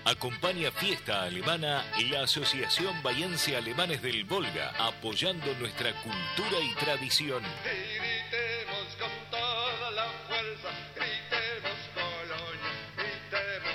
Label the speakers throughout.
Speaker 1: Acompaña Fiesta Alemana la Asociación Bahiense Alemanes del Volga, apoyando nuestra cultura y tradición.
Speaker 2: Gritemos con toda la fuerza, gritemos Colonia, gritemos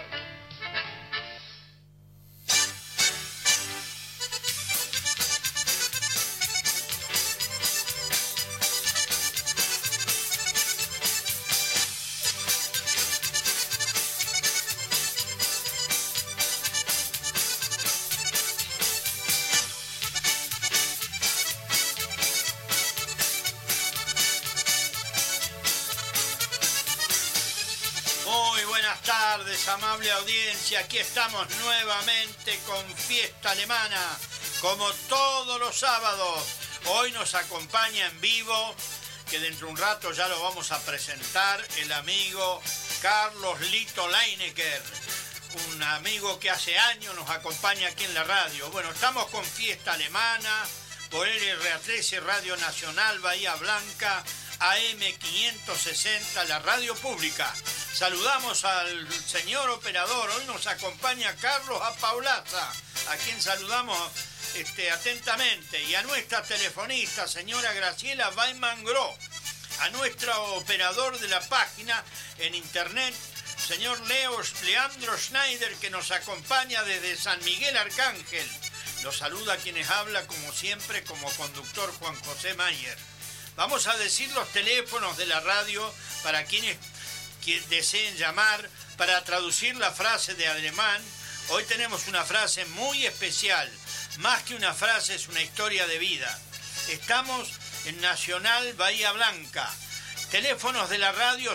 Speaker 3: amable audiencia, aquí estamos nuevamente con Fiesta Alemana, como todos los sábados. Hoy nos acompaña en vivo, que dentro de un rato ya lo vamos a presentar, el amigo Carlos Lito Leinecker, un amigo que hace años nos acompaña aquí en la radio. Bueno, estamos con Fiesta Alemana, por LRA13, Radio Nacional Bahía Blanca, AM 560, la radio pública. Saludamos al señor operador, hoy nos acompaña Carlos Apaulaza, a quien saludamos atentamente, y a nuestra telefonista, señora Graciela Weimangro, a nuestro operador de la página en internet, señor Leandro Schneider, que nos acompaña desde San Miguel Arcángel. Los saluda quienes habla, como siempre, como conductor Juan José Mayer. Vamos a decir los teléfonos de la radio para quienes deseen llamar para traducir la frase de alemán. Hoy tenemos una frase muy especial. Más que una frase, es una historia de vida. Estamos en Nacional Bahía Blanca. Teléfonos de la radio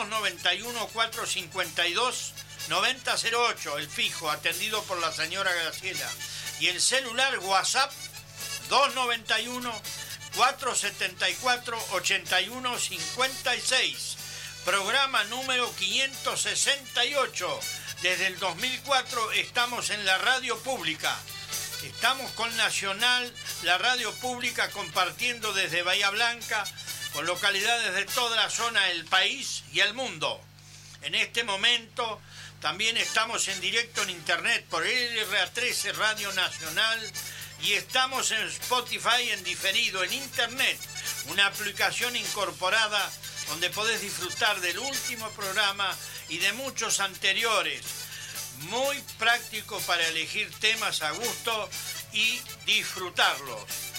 Speaker 3: 0291-452-9008, el fijo, atendido por la señora Graciela. Y el celular WhatsApp 291-474-8156. Programa número 568. Desde el 2004 estamos en la radio pública. Estamos con Nacional, la radio pública, compartiendo desde Bahía Blanca con localidades de toda la zona del país y el mundo. En este momento también estamos en directo en internet por LRA13 Radio Nacional y estamos en Spotify en diferido en internet, una aplicación incorporada donde podés disfrutar del último programa y de muchos anteriores. Muy práctico para elegir temas a gusto y disfrutarlos.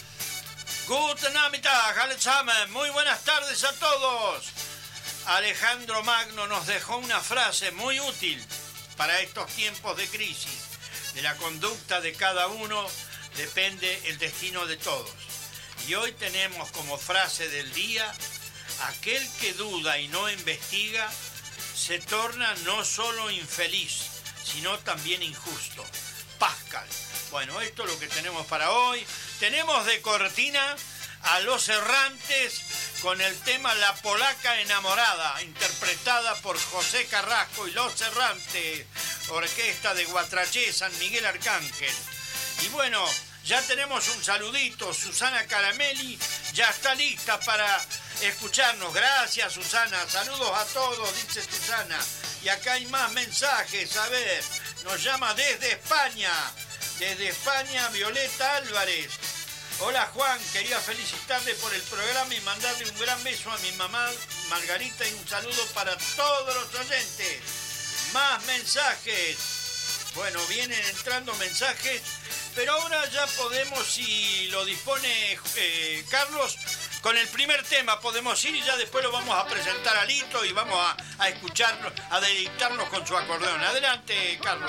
Speaker 3: Guten Nachmittag, alle zusammen. Muy buenas tardes a todos. Alejandro Magno nos dejó una frase muy útil para estos tiempos de crisis. De la conducta de cada uno depende el destino de todos. Y hoy tenemos como frase del día: aquel que duda y no investiga se torna no solo infeliz, sino también injusto. Pascal. Bueno, esto es lo que tenemos para hoy. Tenemos de cortina a Los Errantes con el tema La Polaca Enamorada, interpretada por José Carrasco y Los Errantes, orquesta de Guatraché, San Miguel Arcángel. Y bueno, ya tenemos un saludito. Susana Caramelli ya está lista para escucharnos. Gracias, Susana. Saludos a todos, dice Susana. Y acá hay más mensajes. A ver, nos llama desde España. Desde España, Violeta Álvarez. Hola, Juan. Quería felicitarle por el programa y mandarle un gran beso a mi mamá, Margarita, y un saludo para todos los oyentes. Más mensajes. Bueno, vienen entrando mensajes, pero ahora ya podemos, si lo dispone Carlos, con el primer tema podemos ir y ya después lo vamos a presentar a Lito y vamos a escucharlo, a deleitarnos con su acordeón. Adelante, Carlos.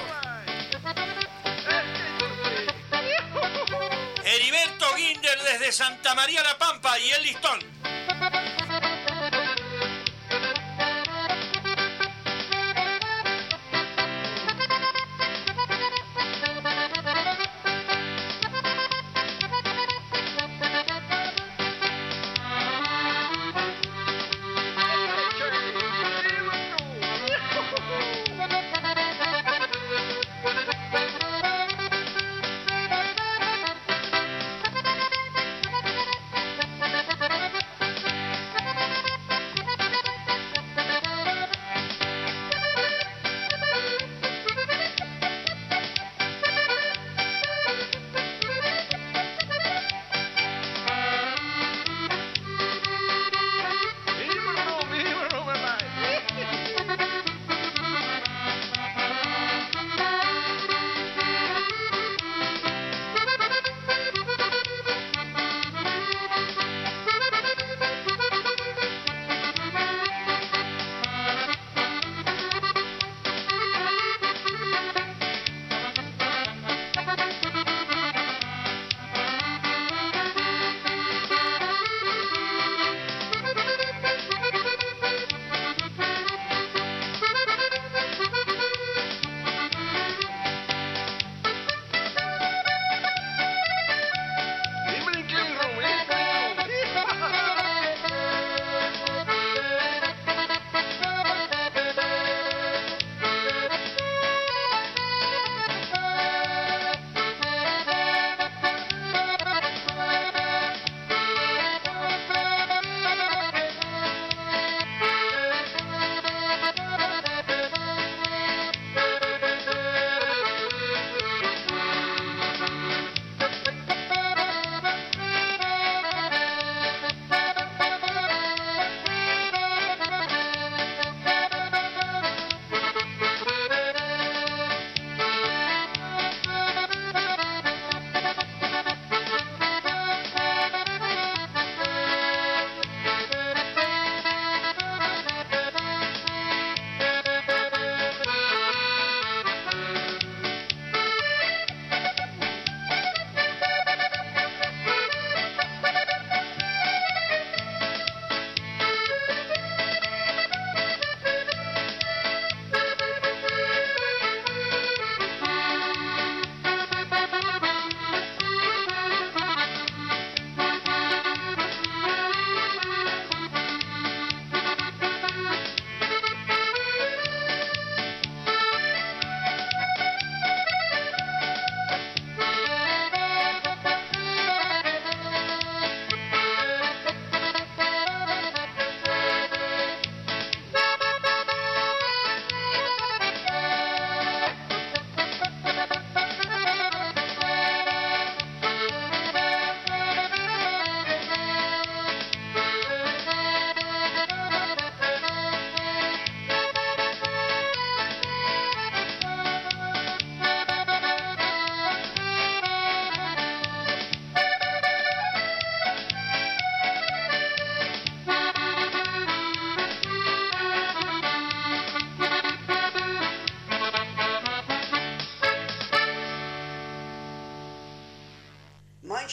Speaker 3: Heriberto Guinder desde Santa María La Pampa y el listón.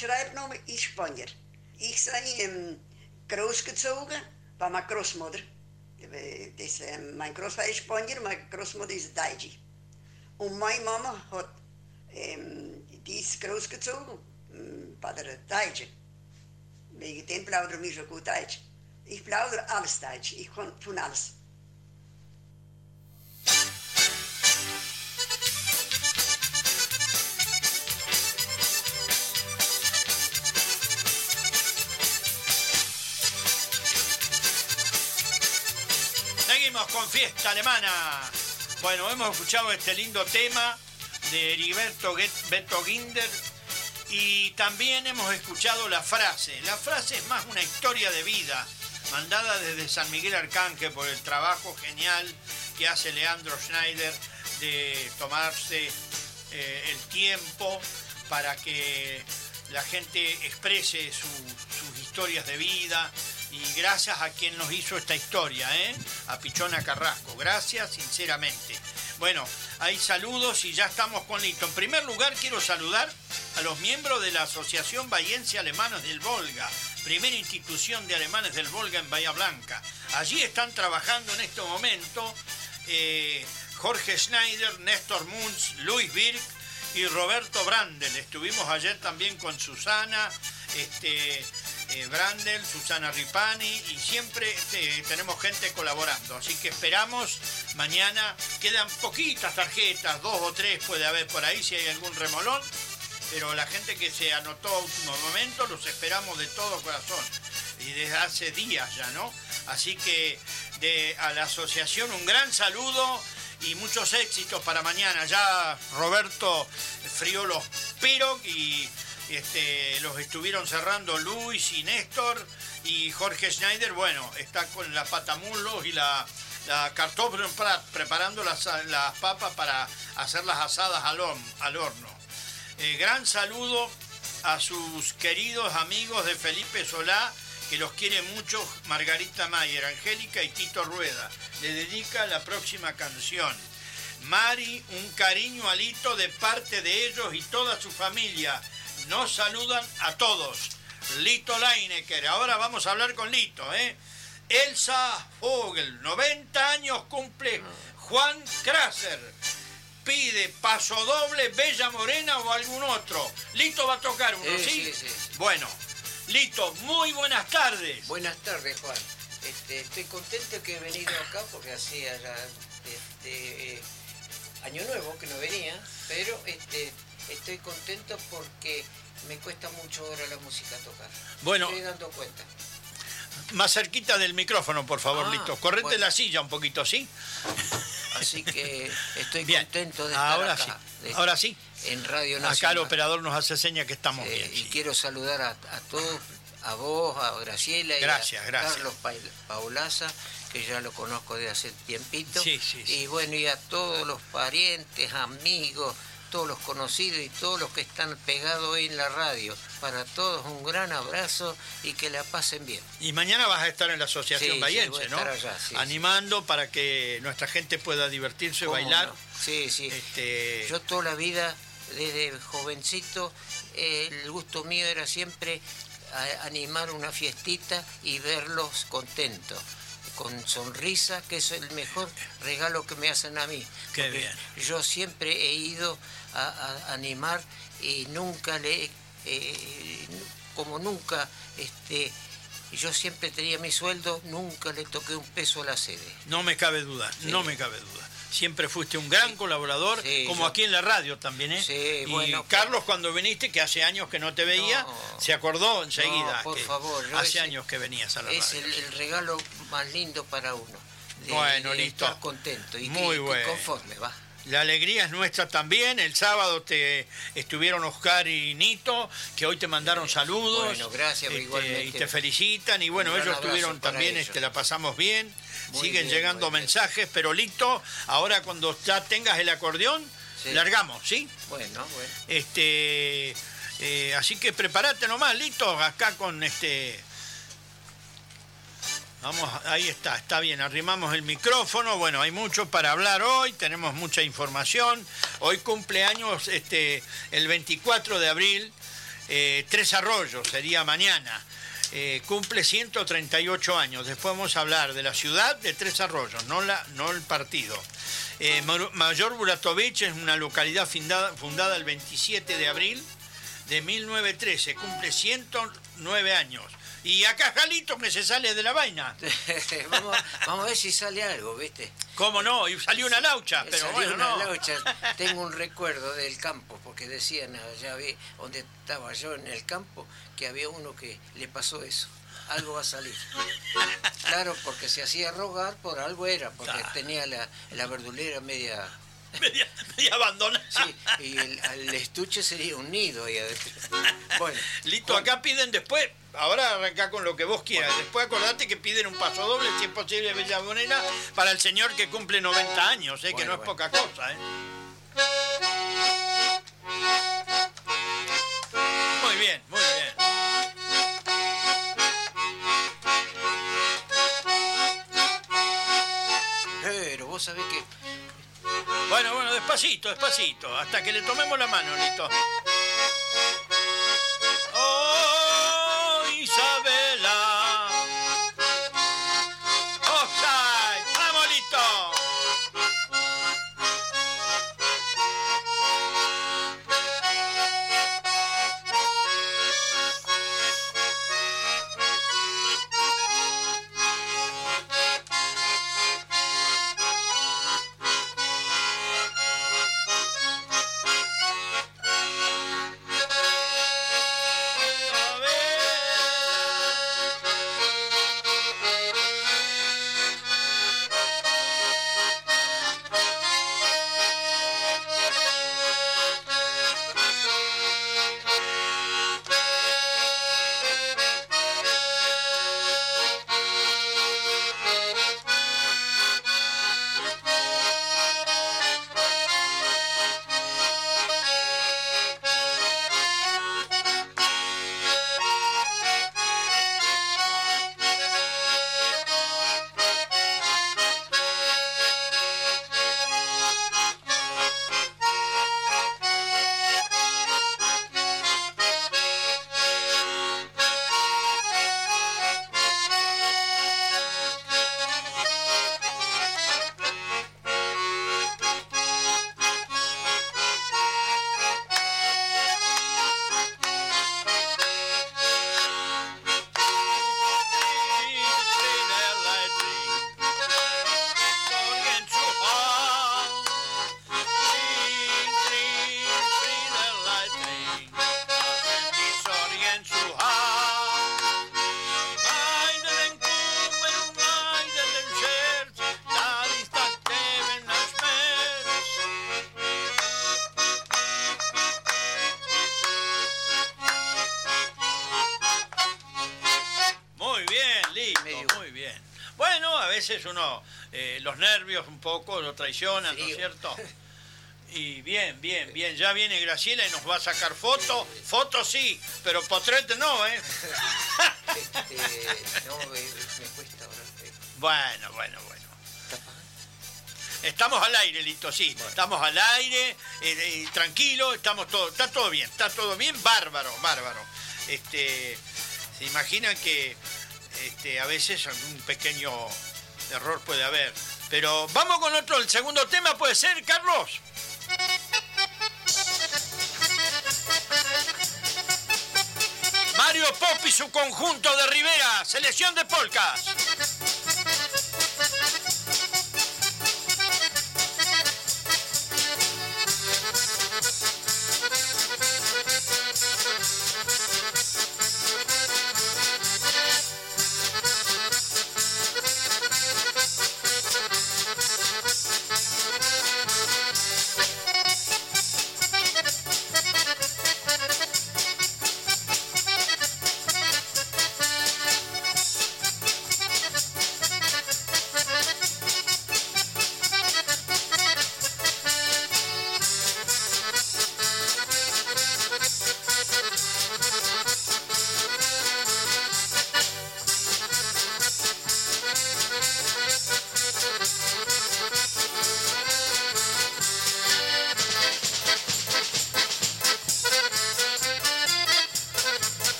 Speaker 4: Schreibname ist Spanier. Ich sei großgezogen bei meiner Großmutter. Mein Großvater ist Spanier, meine Großmutter ist Deutsche. Und meine Mama die ist großgezogen bei der Deutschen. Wegen dem plaudern wir so gut Deutsch. Ich plaudere alles Deutsch, ich kann tun alles.
Speaker 3: Seguimos con Fiesta Alemana. Bueno, hemos escuchado este lindo tema de Heriberto Beto Ginder y también hemos escuchado la frase. La frase es más una historia de vida, mandada desde San Miguel Arcángel por el trabajo genial que hace Leandro Schneider de tomarse el tiempo para que la gente exprese sus historias de vida. Y gracias a quien nos hizo esta historia, a Pichona Carrasco. Gracias, sinceramente. Bueno, hay saludos y ya estamos con Lito. En primer lugar, quiero saludar a los miembros de la Asociación Bahiense Alemanes del Volga, primera institución de alemanes del Volga en Bahía Blanca. Allí están trabajando en este momento Jorge Schneider, Néstor Munz, Luis Birk y Roberto Brandel. Estuvimos ayer también con Susana, Brandel, Susana Ripani, y siempre tenemos gente colaborando, así que esperamos mañana. Quedan poquitas tarjetas, 2 o 3 puede haber por ahí si hay algún remolón, pero la gente que se anotó a último momento los esperamos de todo corazón y desde hace días ya, ¿no? Así que a la asociación un gran saludo y muchos éxitos para mañana. Ya Roberto frió los pirog y los estuvieron cerrando Luis y Néstor, y Jorge Schneider, bueno, está con la patamulos y la Kartoffelprat preparando las papas para hacer las asadas al horno. Gran saludo a sus queridos amigos de Felipe Solá, que los quiere mucho, Margarita Mayer, Angélica y Tito Rueda. Le dedica la próxima canción. Mari, un cariño a Lito de parte de ellos y toda su familia. Nos saludan a todos. Lito Leinecker. Ahora vamos a hablar con Lito, Elsa Vogel, 90 años cumple Juan Krasser. Pide paso doble, Bella Morena o algún otro. Lito va a tocar uno, ¿sí?
Speaker 5: Sí.
Speaker 3: Bueno, Lito, muy buenas tardes.
Speaker 5: Buenas tardes, Juan. Estoy contento que he venido acá porque hacía ya año nuevo que no venía, pero estoy contento porque me cuesta mucho ahora la música tocar.
Speaker 3: Bueno,
Speaker 5: me estoy dando cuenta.
Speaker 3: Más cerquita del micrófono, por favor, Lito. Correte
Speaker 5: bueno.
Speaker 3: la silla un poquito, ¿sí?
Speaker 5: Así que estoy
Speaker 3: bien.
Speaker 5: Contento de estar
Speaker 3: ahora
Speaker 5: acá.
Speaker 3: Sí. Ahora sí.
Speaker 5: En Radio Nacional.
Speaker 3: Acá el operador nos hace seña que estamos bien.
Speaker 5: Y
Speaker 3: sí.
Speaker 5: quiero saludar a todos, a vos, a Graciela y
Speaker 3: gracias.
Speaker 5: a Carlos Paulaza, que ya lo conozco de hace tiempito.
Speaker 3: Sí.
Speaker 5: Y bueno, y a todos los parientes, amigos, todos los conocidos y todos los que están pegados hoy en la radio. Para todos un gran abrazo y que la pasen bien.
Speaker 3: Y mañana vas a estar en la Asociación Bahiense,
Speaker 5: voy a
Speaker 3: ¿no?
Speaker 5: estar allá,
Speaker 3: animando para que nuestra gente pueda divertirse, bailar.
Speaker 5: No? Sí. Yo toda la vida, desde jovencito, el gusto mío era siempre animar una fiestita y verlos contentos, con sonrisa, que es el mejor regalo que me hacen a mí.
Speaker 3: Qué bien.
Speaker 5: Yo siempre he ido a animar y nunca yo siempre tenía mi sueldo, nunca le toqué un peso a la sede.
Speaker 3: No me cabe duda, no me cabe duda. Siempre fuiste un gran colaborador, como aquí en la radio también,
Speaker 5: Sí,
Speaker 3: y
Speaker 5: bueno,
Speaker 3: Carlos, cuando viniste, que hace años que no te veía, se acordó enseguida.
Speaker 5: No, por
Speaker 3: que
Speaker 5: favor.
Speaker 3: hace años que venías a la
Speaker 5: es
Speaker 3: radio.
Speaker 5: el regalo más lindo para uno.
Speaker 3: Bueno,
Speaker 5: de
Speaker 3: listo.
Speaker 5: estar contento y
Speaker 3: muy bueno.
Speaker 5: conforme, va.
Speaker 3: La alegría es nuestra también. El sábado estuvieron Oscar y Nito, que hoy te mandaron saludos.
Speaker 5: Bueno, gracias, igualmente.
Speaker 3: Y te felicitan. Y bueno, ellos estuvieron también, la pasamos bien. Siguen llegando mensajes, pero Lito, ahora cuando ya tengas el acordeón, largamos, ¿sí?
Speaker 5: Bueno.
Speaker 3: Así que prepárate nomás, Lito, acá con Vamos, ahí está bien, arrimamos el micrófono. Bueno, hay mucho para hablar hoy, tenemos mucha información. Hoy cumpleaños el 24 de abril Tres Arroyos, sería mañana. Cumple 138 años. Después vamos a hablar de la ciudad de Tres Arroyos, no el partido. Mayor Buratovich es una localidad fundada el 27 de abril de 1913. Cumple 109 años. Y acá Jalito que se sale de la vaina.
Speaker 5: vamos a ver si sale algo, ¿viste?
Speaker 3: ¿Cómo no? Y salió una laucha, pero
Speaker 5: salió
Speaker 3: bueno,
Speaker 5: una
Speaker 3: no.
Speaker 5: laucha. Tengo un recuerdo del campo, porque decían allá donde estaba yo en el campo, que había uno que le pasó eso. Algo va a salir. Claro, porque se hacía rogar, por algo era, porque tenía la verdulera media
Speaker 3: abandonada.
Speaker 5: Sí, y el estuche sería un nido ahí adentro. Bueno,
Speaker 3: Lito, acá piden después, ahora arrancá con lo que vos quieras, después acordate que piden un paso doble, si es posible, Bella Bonera, para el señor que cumple 90 años, que no es poca cosa, Muy bien, muy bien.
Speaker 5: Pero vos sabés que...
Speaker 3: Bueno, despacito, hasta que le tomemos la mano, Lito. Oh, Isabela. Offside. ¡Vamos, Lito! Uno, los nervios un poco lo traicionan, ¿no es cierto? Y bien, ya viene Graciela y nos va a sacar fotos, sí, pero potrete no,
Speaker 5: No, me cuesta ahora.
Speaker 3: Bueno. Estamos al aire, Lito, sí, bueno. Estamos al aire, tranquilo, está todo bien, bárbaro. Se imaginan que a veces algún pequeño error puede haber. Pero vamos con el segundo tema, ¿puede ser, Carlos? Mario Pop y su conjunto de Rivera, selección de polcas.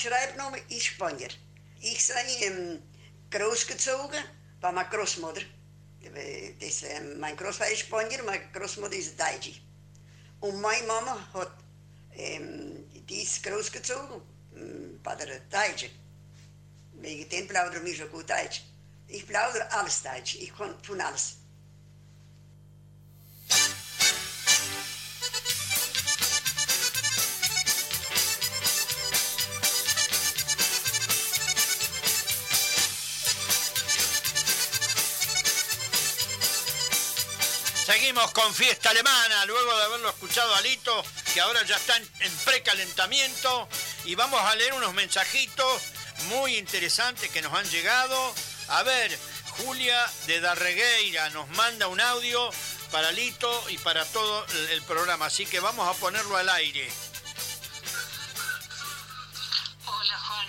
Speaker 4: Schreibname ist Spanier. Ich sei großgezogen bei meiner Großmutter. Mein Großvater ist Spanier, meine Großmutter ist Deutsche. Und meine Mama die ist großgezogen bei der Deutschen. Wegen dem plaudern wir so gut Deutsch. Ich plaudere alles Deutsch, ich kann von alles.
Speaker 3: Seguimos con Fiesta Alemana, luego de haberlo escuchado a Lito, que ahora ya está en precalentamiento, y vamos a leer unos mensajitos muy interesantes que nos han llegado. A ver, Julia de Darregueira nos manda un audio para Lito y para todo el programa, así que vamos a ponerlo al aire.
Speaker 6: Hola Juan,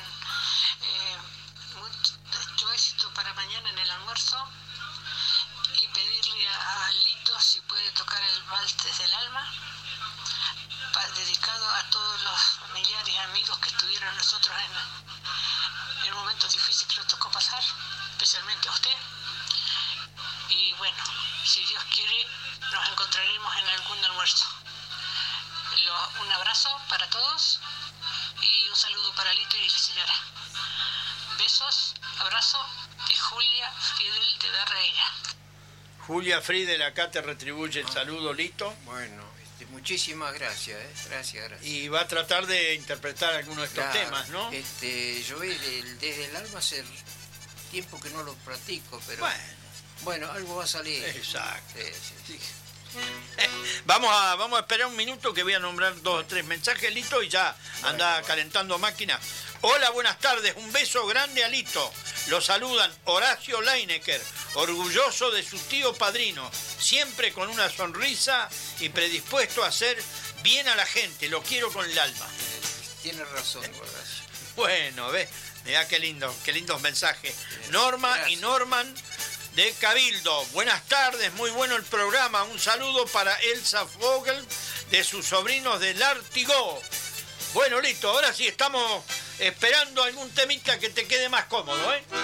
Speaker 6: mucho éxito para mañana en el almuerzo y pedirle a Lito si puede tocar el vals desde el alma, dedicado a todos los familiares y amigos que estuvieron nosotros en el momento difícil que nos tocó pasar, especialmente a usted. Y bueno, si Dios quiere, nos encontraremos en algún almuerzo. Un abrazo para todos y un saludo para Lito y la señora. Besos, abrazo de Julia Fidel de Darreira.
Speaker 3: Julia Friedel acá te retribuye el saludo, Lito.
Speaker 5: Bueno, muchísimas gracias, gracias.
Speaker 3: Y va a tratar de interpretar algunos de estos temas, ¿no?
Speaker 5: Yo desde el alma hace tiempo que no lo practico, pero bueno, algo va a salir.
Speaker 3: Exacto.
Speaker 5: Sí.
Speaker 3: Vamos a esperar un minuto que voy a nombrar 2 o 3 mensajes, Lito, y ya anda calentando máquina. Hola, buenas tardes, un beso grande a Lito. Lo saludan Horacio Leinecker, orgulloso de su tío padrino, siempre con una sonrisa y predispuesto a hacer bien a la gente. Lo quiero con el alma.
Speaker 5: Tienes razón, Horacio.
Speaker 3: Bueno, mirá qué lindos mensajes. Norma gracias. Y Norman de Cabildo. Buenas tardes, muy bueno el programa. Un saludo para Elsa Vogel de sus sobrinos del Artigó. Bueno, Lito, ahora sí estamos esperando algún temita que te quede más cómodo, ¿eh?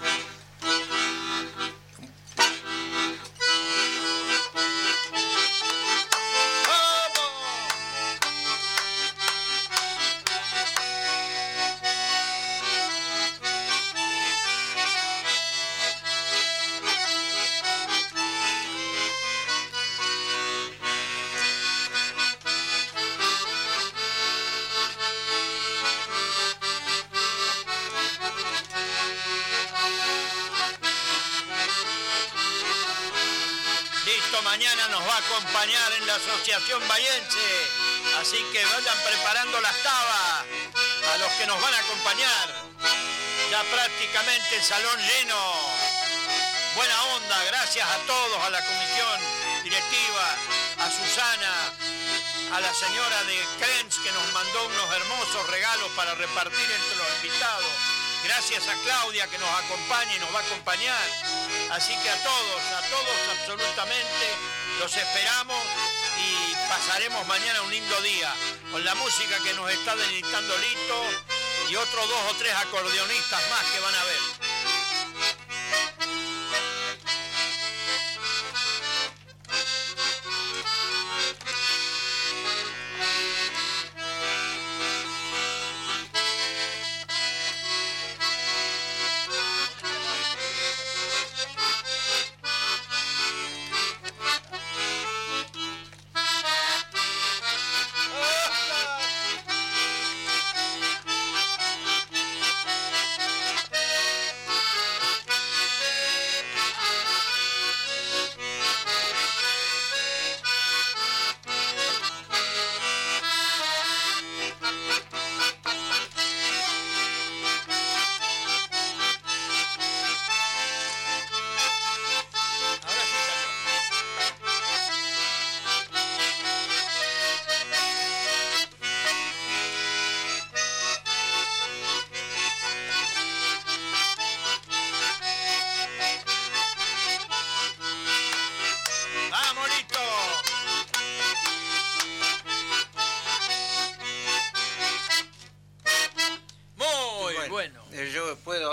Speaker 3: Mañana nos va a acompañar en la Asociación Bahiense, así que vayan preparando las tabas a los que nos van a acompañar. Ya prácticamente el salón lleno. Buena onda, gracias a todos, a la comisión directiva, a Susana, a la señora de Krenz que nos mandó unos hermosos regalos para repartir entre los invitados. Gracias a Claudia que nos acompaña y nos va a acompañar. Así que a todos absolutamente los esperamos y pasaremos mañana un lindo día con la música que nos está deleitando Lito y otros 2 o 3 acordeonistas más que van a ver.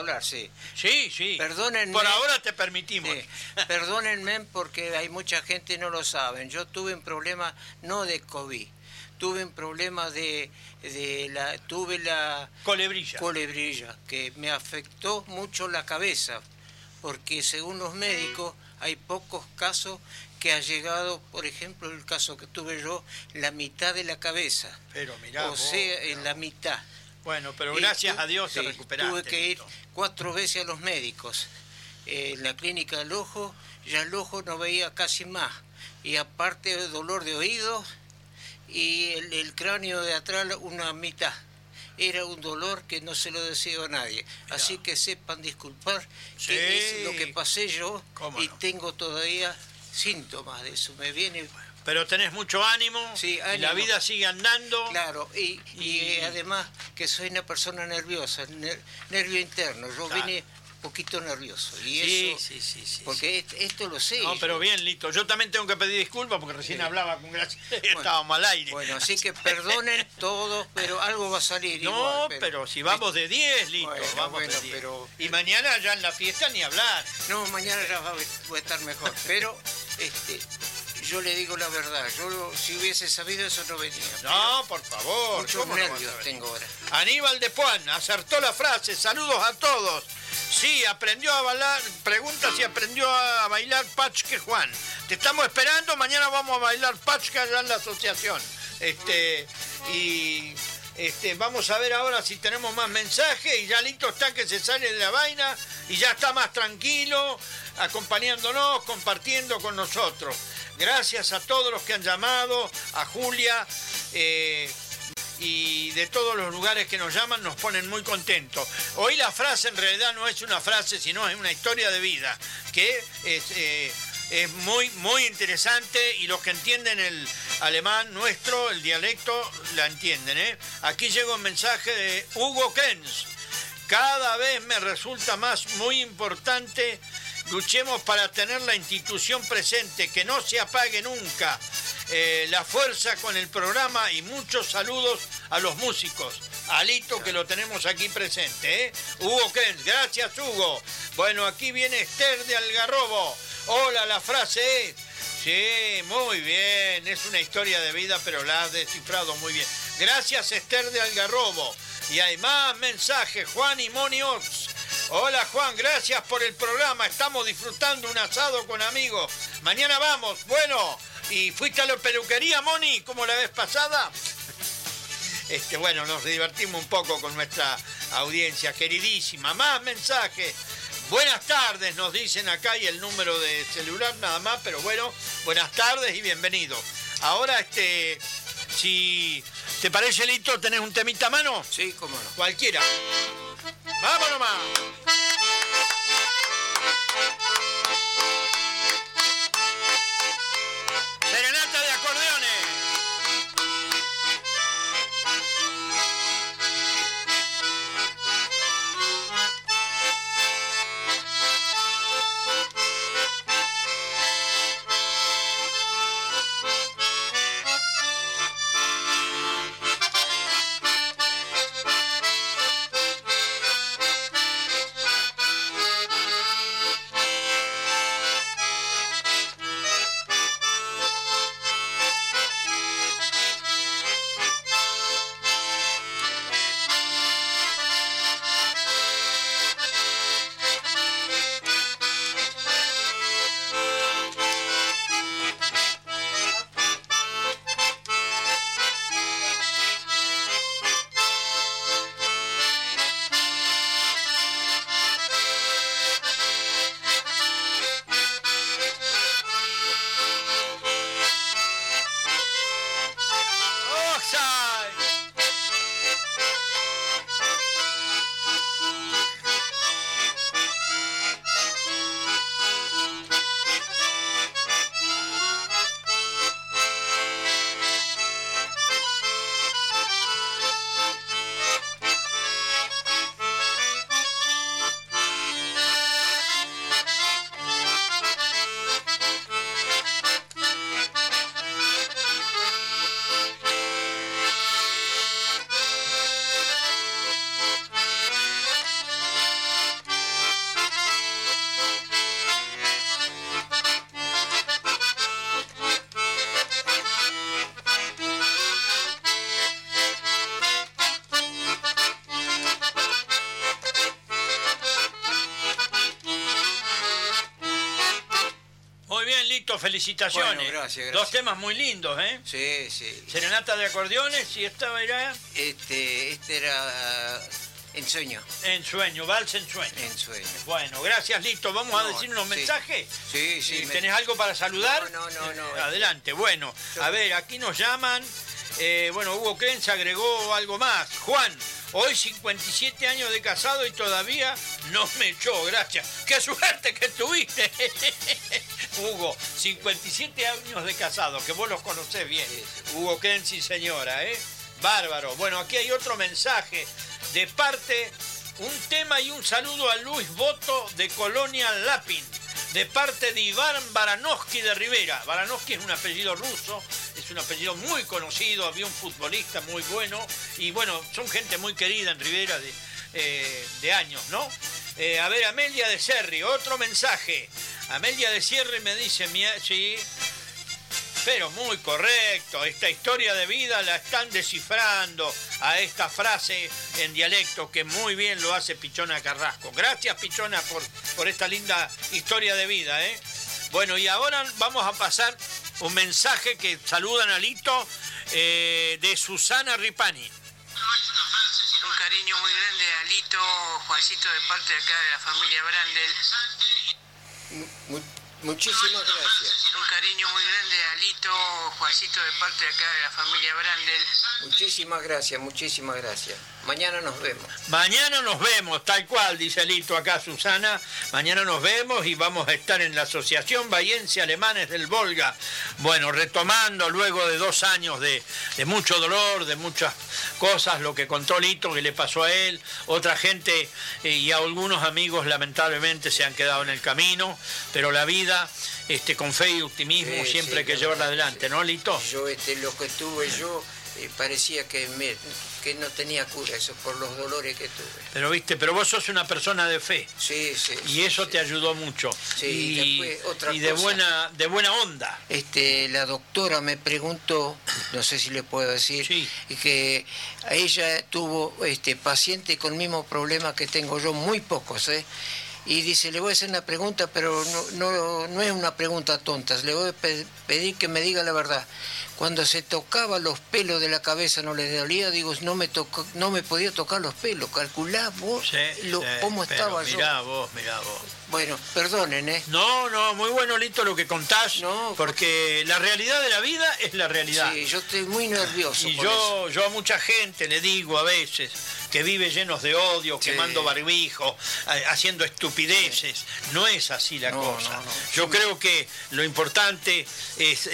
Speaker 5: hablar, sí.
Speaker 3: Sí, sí.
Speaker 5: Perdónenme.
Speaker 3: Por ahora te permitimos.
Speaker 5: Sí. Perdónenme porque hay mucha gente que no lo saben. Yo tuve un problema no de COVID, tuve un problema tuve la colebrilla, que me afectó mucho la cabeza, porque según los médicos hay pocos casos que ha llegado, por ejemplo, el caso que tuve yo, la mitad de la cabeza.
Speaker 3: Pero mirá,
Speaker 5: en la mitad.
Speaker 3: Bueno, pero gracias a Dios te recuperaste.
Speaker 5: Tuve que ir 4 veces a los médicos. En la clínica del ojo, ya el ojo no veía casi más. Y aparte de dolor de oídos y el cráneo de atrás una mitad. Era un dolor que no se lo deseo a nadie. Mirá. Así que sepan disculpar que es lo que pasé yo y tengo todavía síntomas de eso. Me viene...
Speaker 3: Pero tenés mucho ánimo,
Speaker 5: sí,
Speaker 3: y la vida sigue andando.
Speaker 5: Claro, y además que soy una persona nerviosa, nervio interno. Yo vine un poquito nervioso. Y
Speaker 3: sí,
Speaker 5: porque esto lo sé.
Speaker 3: No, pero bien, Lito. Yo también tengo que pedir disculpas porque recién hablaba con Graciela y estábamos al aire.
Speaker 5: Bueno, así que perdonen todos, pero algo va a salir
Speaker 3: no,
Speaker 5: igual.
Speaker 3: pero si vamos de 10, Lito, vamos de 10.
Speaker 5: Pero...
Speaker 3: Y mañana ya en la fiesta ni hablar.
Speaker 5: No, mañana ya voy a estar mejor, pero... yo le digo la verdad, si hubiese sabido eso no venía.
Speaker 3: No, por favor.
Speaker 5: Muchos nervios tengo ahora.
Speaker 3: Aníbal de Puan acertó la frase, saludos a todos. Sí, aprendió a bailar, pregunta si aprendió a bailar Pachque Juan. Te estamos esperando, mañana vamos a bailar Pachque allá en la asociación. Vamos a ver ahora si tenemos más mensajes y ya Lito está que se sale de la vaina y ya está más tranquilo, acompañándonos, compartiendo con nosotros. Gracias a todos los que han llamado, a Julia y de todos los lugares que nos llaman, nos ponen muy contentos. Hoy la frase en realidad no es una frase, sino es una historia de vida que es muy, muy interesante y los que entienden el alemán nuestro, el dialecto, la entienden. Aquí llega un mensaje de Hugo Krenz. Cada vez me resulta muy importante. Luchemos para tener la institución presente, que no se apague nunca. La fuerza con el programa y muchos saludos a los músicos. Alito, que lo tenemos aquí presente. Hugo Krenz, gracias Hugo. Bueno, aquí viene Esther de Algarrobo. Hola, la frase es... Sí, muy bien, es una historia de vida, pero la has descifrado muy bien. Gracias Esther de Algarrobo. Y hay más mensajes, Juan y Moni Ox. Hola Juan, gracias por el programa, estamos disfrutando un asado con amigos. Mañana vamos, bueno, ¿y fuiste a la peluquería, Moni, como la vez pasada? Bueno, nos divertimos un poco con nuestra audiencia queridísima. Más mensajes. Buenas tardes, nos dicen acá, y el número de celular nada más, pero bueno, buenas tardes y bienvenido. Ahora, si te parece, Lito, ¿tenés un temita a mano?
Speaker 5: Sí, cómo no.
Speaker 3: Cualquiera. ¡Vamos nomás! Serenata de acordeones. felicitaciones.
Speaker 5: Bueno, gracias.
Speaker 3: Dos temas muy lindos, ¿eh?
Speaker 5: Sí.
Speaker 3: Serenata de acordeones y esta era...
Speaker 5: Este era Ensueño.
Speaker 3: Ensueño, vals Ensueño.
Speaker 5: Ensueño.
Speaker 3: Bueno, gracias, Lito. ¿Vamos a decir unos mensajes?
Speaker 5: Sí.
Speaker 3: ¿Tenés algo para saludar?
Speaker 5: No.
Speaker 3: Adelante, bueno. A ver, aquí nos llaman... Hugo Krenz agregó algo más. Juan, hoy 57 años de casado y todavía no me echó, gracias. ¡Qué suerte que tuviste! Hugo, 57 años de casado, que vos los conocés bien. Hugo Krenz y señora, ¿eh? Bárbaro. Bueno, aquí hay otro mensaje de parte, un tema y un saludo a Luis Boto de Colonia Lapin, de parte de Iván Baranovsky de Rivera. Baranovsky es un apellido ruso, es un apellido muy conocido, había un futbolista muy bueno, y bueno, son gente muy querida en Rivera de años, ¿no? A ver, Amelia de Serri, otro mensaje. Amelia de Serri me dice, sí, pero muy correcto, esta historia de vida la están descifrando a esta frase en dialecto que muy bien lo hace Pichona Carrasco. Gracias, Pichona, por esta linda historia de vida, ¿eh? Bueno, y ahora vamos a pasar un mensaje que saludan a Lito de Susana Ripani.
Speaker 7: Un cariño muy grande a Lito, Juancito, de parte de acá de la familia Brandel.
Speaker 5: Muchísimas gracias.
Speaker 7: Un cariño muy grande a Lito, Juancito, de parte de acá de la familia Brandel.
Speaker 5: Muchísimas gracias. Mañana nos vemos.
Speaker 3: Mañana nos vemos, tal cual, dice Lito acá, Susana. Mañana nos vemos y vamos a estar en la Asociación Bahiense Alemanes del Volga. Bueno, retomando luego de 2 años de mucho dolor, de muchas cosas, lo que contó Lito, que le pasó a él. Otra gente y a algunos amigos lamentablemente se han quedado en el camino, pero la vida, con fe y optimismo, siempre hay que llevarla adelante, ¿no, Lito?
Speaker 5: Yo, lo que tuve parecía que no tenía cura, eso por los dolores que tuve.
Speaker 3: Pero vos sos una persona de fe.
Speaker 5: Sí.
Speaker 3: Y eso te ayudó mucho.
Speaker 5: Sí,
Speaker 3: y
Speaker 5: después otra
Speaker 3: de
Speaker 5: cosa.
Speaker 3: de buena onda.
Speaker 5: La doctora me preguntó, no sé si le puedo decir, que a ella tuvo paciente con el mismo problema que tengo yo, muy pocos, y dice, le voy a hacer una pregunta, pero no es una pregunta tonta, le voy a pedir que me diga la verdad. Cuando se tocaba los pelos de la cabeza no le dolía, digo, no me podía tocar los pelos, calculá vos cómo estaba yo.
Speaker 3: Mirá vos.
Speaker 5: Bueno, perdonen, ¿eh?
Speaker 3: No, muy bueno, Lito, lo que contás, porque la realidad de la vida es la realidad.
Speaker 5: Sí, yo estoy muy nervioso.
Speaker 3: Y yo a mucha gente le digo a veces que vive llenos de odio, quemando barbijo, haciendo estupideces. No es así la cosa. Yo creo que lo importante es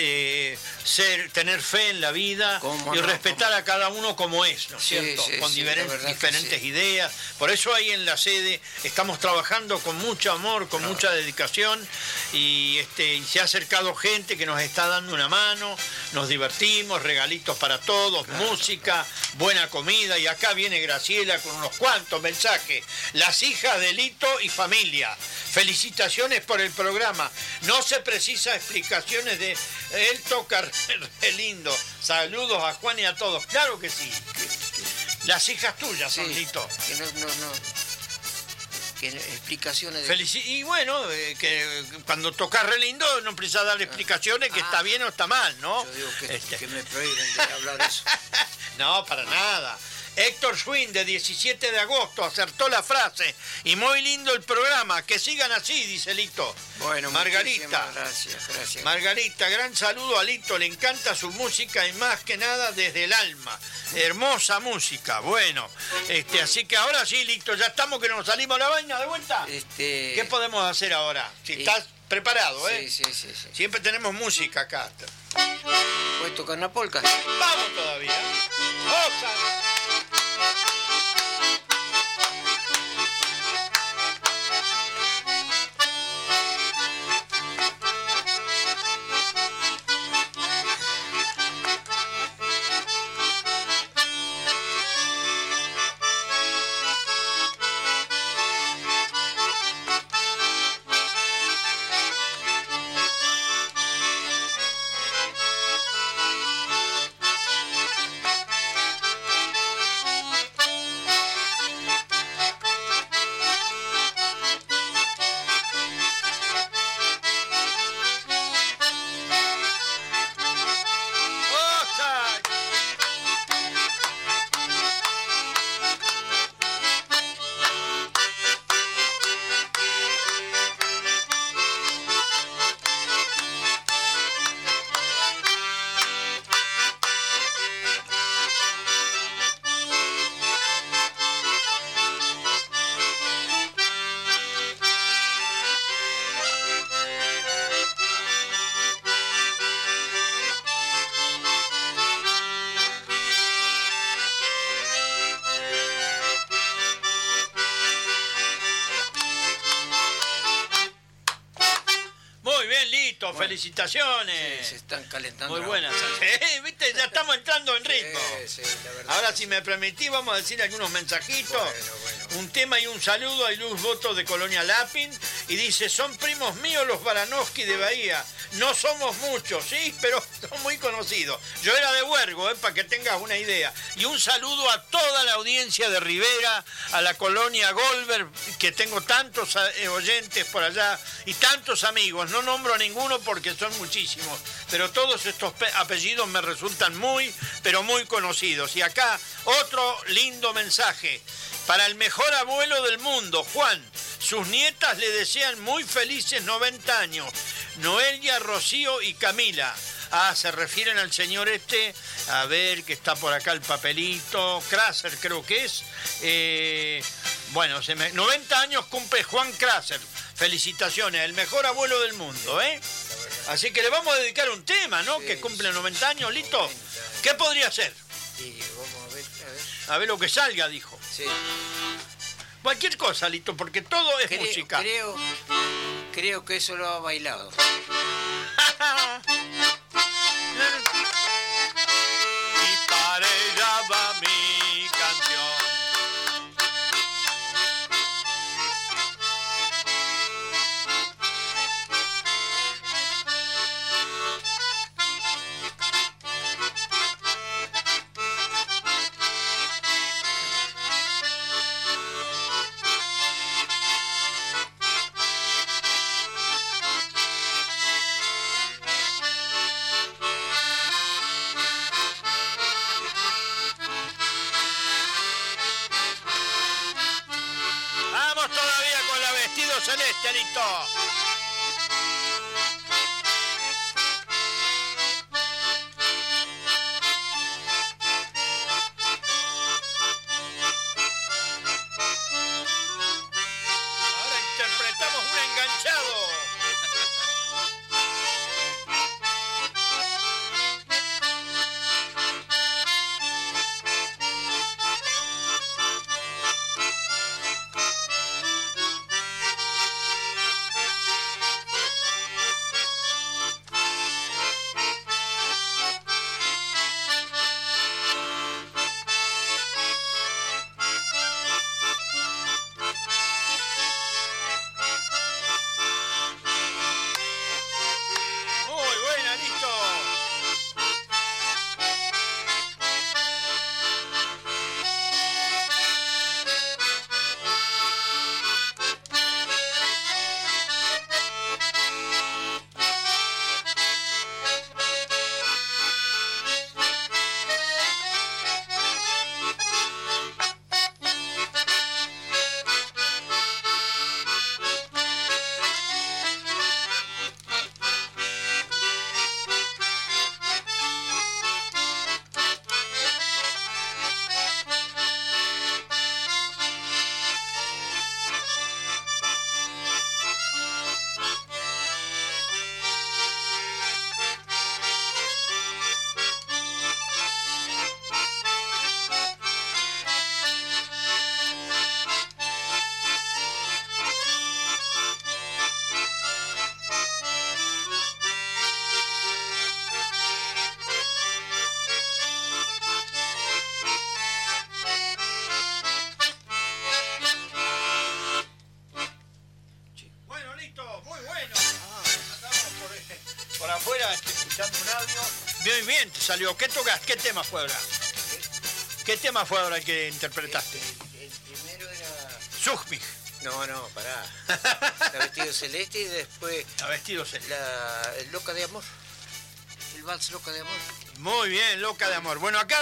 Speaker 3: tener fe en la vida y respetar a cada uno como es, ¿no es cierto? Con diferentes ideas. Por eso ahí en la sede estamos trabajando con mucho amor, con mucha dedicación, y se ha acercado gente que nos está dando una mano, nos divertimos, regalitos para todos, música, buena comida, y acá viene Graciela con unos cuantos mensajes. Las hijas de Lito y familia, felicitaciones por el programa, no se precisa explicaciones de él toca re lindo, saludos a Juan y a todos. Claro que sí, las hijas tuyas son, Lito.
Speaker 5: Que explicaciones
Speaker 3: y bueno, que cuando tocas re lindo no precisas darle explicaciones que está bien o está mal, ¿no?
Speaker 5: Yo digo que me prohíben de hablar eso.
Speaker 3: No, para nada. Héctor Schwinn, de 17 de agosto, acertó la frase. Y muy lindo el programa. Que sigan así, dice Lito.
Speaker 5: Bueno,
Speaker 3: Margarita.
Speaker 5: Gracias.
Speaker 3: Margarita, gran saludo a Lito. Le encanta su música y más que nada desde el alma. Hermosa música. Bueno, así que ahora sí, Lito, ya estamos que nos salimos a la vaina de vuelta. ¿Qué podemos hacer ahora? Si estás preparado, ¿eh?
Speaker 5: Sí.
Speaker 3: Siempre tenemos música acá.
Speaker 5: ¿Puedes tocar una polka?
Speaker 3: Vamos todavía. ¡Osa! felicitaciones.
Speaker 5: Sí, se están calentando.
Speaker 3: Muy buenas. ¿Viste? Ya estamos entrando en ritmo.
Speaker 5: Sí, la verdad.
Speaker 3: Ahora, si me permitís, vamos a decir algunos mensajitos.
Speaker 5: Bueno.
Speaker 3: Un tema y un saludo a Luz Voto de Colonia Lapin. Y dice, son primos míos los Baranowski de Bahía. No somos muchos, sí, pero son muy conocidos. Yo era de Huergo, para que tengas una idea. Y un saludo a toda la audiencia de Rivera, a la Colonia Goldberg, que tengo tantos oyentes por allá y tantos amigos. No nombro a ninguno porque son muchísimos, pero todos estos apellidos me resultan muy, pero muy conocidos. Y acá otro lindo mensaje. Para el mejor abuelo del mundo, Juan, sus nietas le desean muy felices 90 años. Noelia, Rocío y Camila. Ah, se refieren al señor a ver, que está por acá el papelito, Kraser creo que es. 90 años cumple Juan Kraser. Felicitaciones, el mejor abuelo del mundo, ¿eh? Así que le vamos a dedicar un tema, ¿no? Sí, que cumple 90 años, ¿listo? 90. ¿Qué podría ser?
Speaker 5: Sí, vamos a ver.
Speaker 3: A ver lo que salga, dijo.
Speaker 5: Sí.
Speaker 3: Cualquier cosa, Lito, porque todo es música.
Speaker 5: Creo que eso lo ha bailado.
Speaker 3: Y para ella va mi canción. Celeste, Lito. Ahora interpretamos un enganchado. Bien, te salió. ¿Qué tocas? ¿Qué tema fue ahora? ¿Qué tema fue ahora que interpretaste?
Speaker 5: El primero era...
Speaker 3: Zugmich.
Speaker 5: No, pará. La Vestido Celeste y después...
Speaker 3: La Vestido Celeste.
Speaker 5: El Loca de Amor. El vals Loca de Amor.
Speaker 3: Muy bien, Loca de Amor. Bueno, acá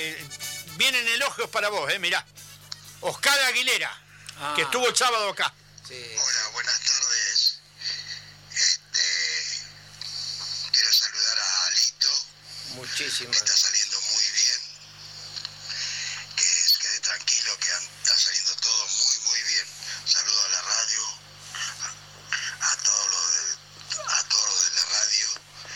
Speaker 3: vienen elogios para vos, mirá. Oscar Aguilera, que estuvo el sábado acá.
Speaker 5: Sí.
Speaker 8: Hola, buenas tardes. Quiero saludar a Lito.
Speaker 5: Muchísimas.
Speaker 8: Que está saliendo muy bien. Que quede tranquilo, que está saliendo todo muy, muy bien. Saludo a la radio, a todos los de la radio.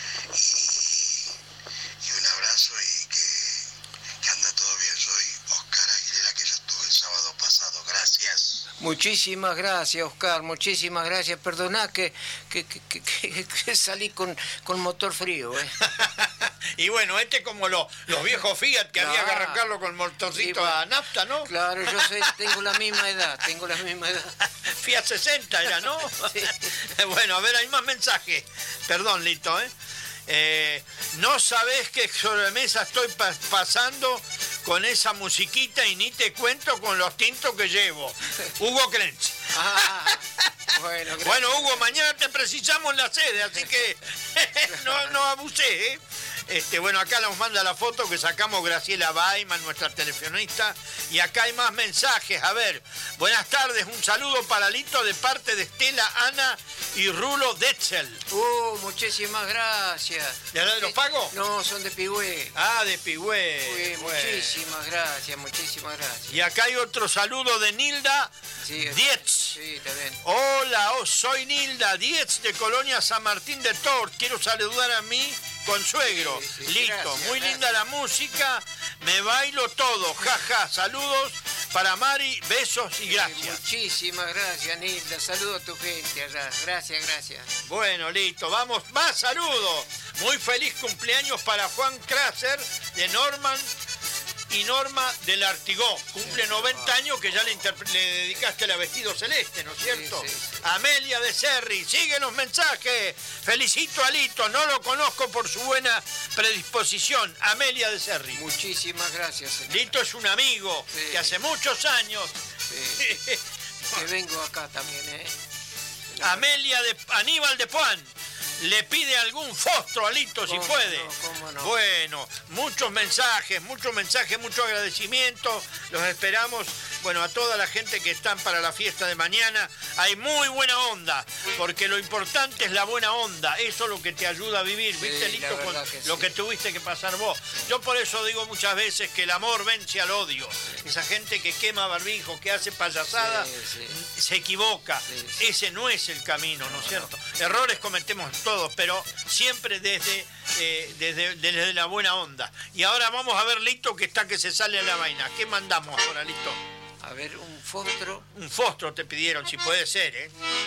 Speaker 8: Y un abrazo y que anda todo bien. Soy Oscar Aguilera, que yo estuve el sábado pasado. Gracias.
Speaker 5: Muchísimas gracias, Oscar, muchísimas gracias. Perdoná que salí con motor frío.
Speaker 3: Y bueno, como los viejos Fiat que había que arrancarlo con motorcito a nafta, ¿no?
Speaker 5: Claro, yo tengo la misma edad.
Speaker 3: Fiat 60 era, ¿no?
Speaker 5: Sí.
Speaker 3: Bueno, a ver, hay más mensajes. Perdón, Lito, no sabés qué sobremesa estoy pasando con esa musiquita y ni te cuento con los tintos que llevo. Hugo Krenz. Bueno, Hugo, mañana te precisamos en la sede, así que no abusé, Bueno, acá nos manda la foto que sacamos Graciela Baiman, nuestra telefonista, y acá hay más mensajes. A ver, buenas tardes, un saludo para Lito de parte de Estela, Ana y Rulo Detzel.
Speaker 5: Muchísimas gracias.
Speaker 3: ¿De los pagos?
Speaker 5: No, son de Pigüé.
Speaker 3: Ah, de Pigüé.
Speaker 5: Muchísimas gracias.
Speaker 3: Y acá hay otro saludo de Nilda Dietz.
Speaker 5: Sí, también.
Speaker 3: Hola, soy Nilda Dietz de Colonia San Martín de Tours. Quiero saludar a mi consuegro. Listo,
Speaker 5: gracias,
Speaker 3: muy linda la música, me bailo todo, jaja, saludos para Mari, besos y gracias.
Speaker 5: Muchísimas gracias, Nilda, saludo a tu gente allá, gracias.
Speaker 3: Bueno, listo, vamos, más saludos. Muy feliz cumpleaños para Juan Kraser de Norman y Norma del Artigó. Cumple 90 años, que ya le dedicaste el vestido celeste, ¿no es cierto?
Speaker 5: Sí.
Speaker 3: Amelia de Serri, sigue los mensajes. Felicito a Lito, no lo conozco por su buena predisposición. Amelia de Serri.
Speaker 5: Muchísimas gracias, señor.
Speaker 3: Lito es un amigo que hace muchos años.
Speaker 5: Que vengo acá también,
Speaker 3: Aníbal de Puan. Le pide algún fostro a Lito si puede.
Speaker 5: ¿Cómo no?
Speaker 3: Bueno, muchos mensajes, mucho agradecimiento. Los esperamos. Bueno, a toda la gente que están para la fiesta de mañana. Hay muy buena onda, porque lo importante es la buena onda. Eso es lo que te ayuda a vivir, ¿viste, Lito? Con lo que tuviste que pasar vos. Yo por eso digo muchas veces que el amor vence al odio. Esa gente que quema barbijo, que hace payasada, se equivoca. Ese no es el camino, ¿no es cierto? Errores cometemos todos, pero siempre desde la buena onda. Y ahora vamos a ver, Lito, que se sale a la vaina. ¿Qué mandamos ahora, Lito?
Speaker 5: A ver, un fostro.
Speaker 3: Un fostro te pidieron, si puede ser,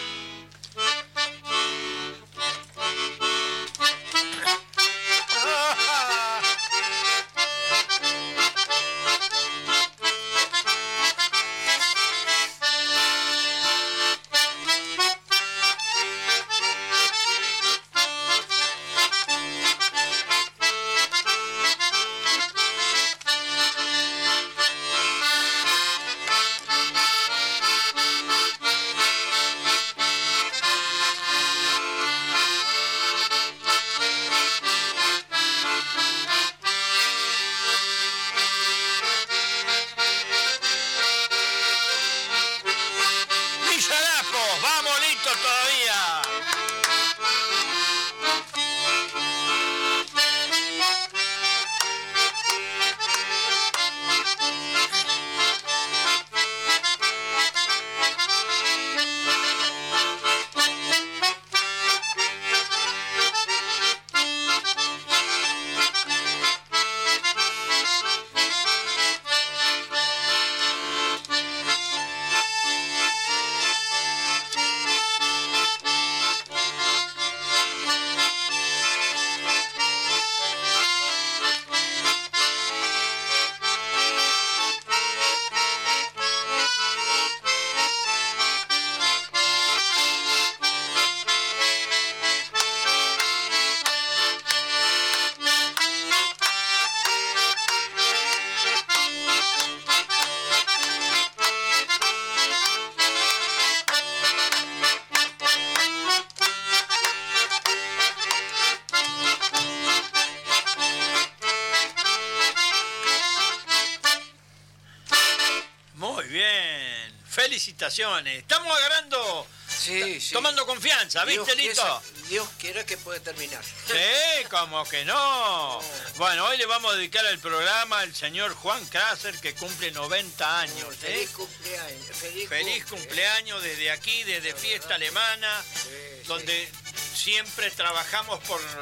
Speaker 3: Felicitaciones. Estamos agarrando, tomando confianza, ¿viste, Lito?
Speaker 5: Dios quiera que pueda terminar.
Speaker 3: Sí, como que no. Bueno, hoy le vamos a dedicar el programa al señor Juan Kraser, que cumple 90 años.
Speaker 5: Feliz cumpleaños.
Speaker 3: Feliz cumpleaños desde aquí, desde Fiesta Alemana, donde siempre trabajamos por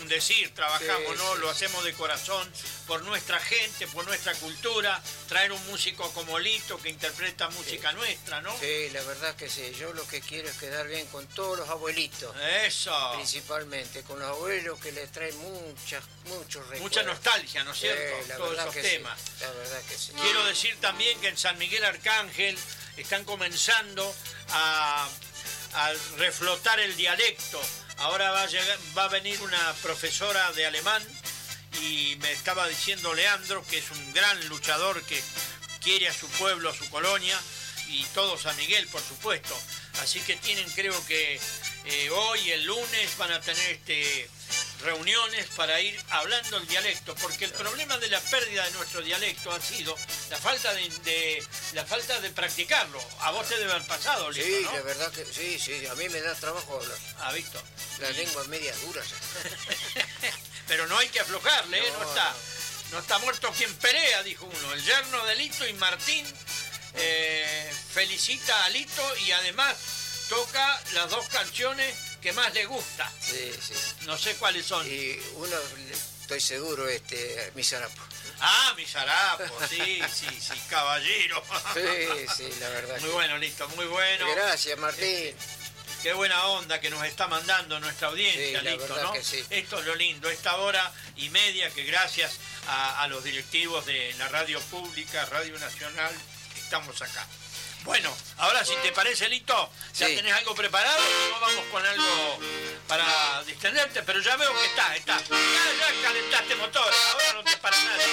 Speaker 3: un decir, trabajamos,
Speaker 5: Sí,
Speaker 3: ¿no?
Speaker 5: sí,
Speaker 3: Lo
Speaker 5: sí.
Speaker 3: hacemos de corazón, por nuestra gente, por nuestra cultura, traer un músico como Lito que interpreta música nuestra, ¿no?
Speaker 5: Sí, la verdad que sí. Yo lo que quiero es quedar bien con todos los abuelitos.
Speaker 3: Eso.
Speaker 5: Principalmente con los abuelos que les traen muchos recuerdos.
Speaker 3: Mucha nostalgia, ¿no es cierto?
Speaker 5: Sí, la
Speaker 3: Todos
Speaker 5: verdad
Speaker 3: esos
Speaker 5: que
Speaker 3: temas.
Speaker 5: sí, la verdad que sí.
Speaker 3: Quiero decir también que en San Miguel Arcángel están comenzando a reflotar el dialecto. Ahora va a venir una profesora de alemán y me estaba diciendo Leandro que es un gran luchador que quiere a su pueblo, a su colonia y todo San Miguel, por supuesto. Así que tienen, creo que hoy, el lunes, van a tener reuniones para ir hablando el dialecto, porque el problema de la pérdida de nuestro dialecto ha sido la falta de practicarlo. A vos te debe haber pasado, Lito,
Speaker 5: Sí,
Speaker 3: ¿no?
Speaker 5: la verdad que sí, a mí me da trabajo hablar.
Speaker 3: Ah, visto.
Speaker 5: La lengua media dura.
Speaker 3: Pero no hay que aflojarle, ¿eh?
Speaker 5: No,
Speaker 3: No está muerto quien pelea, dijo uno. El yerno de Lito y Martín felicita a Lito y además toca las dos canciones que más le gusta.
Speaker 5: Sí, sí.
Speaker 3: No sé cuáles son.
Speaker 5: Y uno, estoy seguro, mi zarapo.
Speaker 3: Ah, mi zarapo, sí, caballero.
Speaker 5: Sí, la verdad.
Speaker 3: Muy bueno, Lito, muy bueno.
Speaker 5: Gracias, Martín.
Speaker 3: Qué buena onda que nos está mandando nuestra audiencia,
Speaker 5: Sí, la
Speaker 3: Lito,
Speaker 5: verdad
Speaker 3: ¿no?
Speaker 5: que sí.
Speaker 3: Esto es lo lindo, esta hora y media que gracias a los directivos de la radio pública, Radio Nacional, estamos acá. Bueno, ahora si te parece, Lito, ¿ya
Speaker 5: Sí.
Speaker 3: tenés algo preparado o no vamos con algo para distenderte? Pero ya veo que está. Ya calentaste motor, ahora no te para nadie.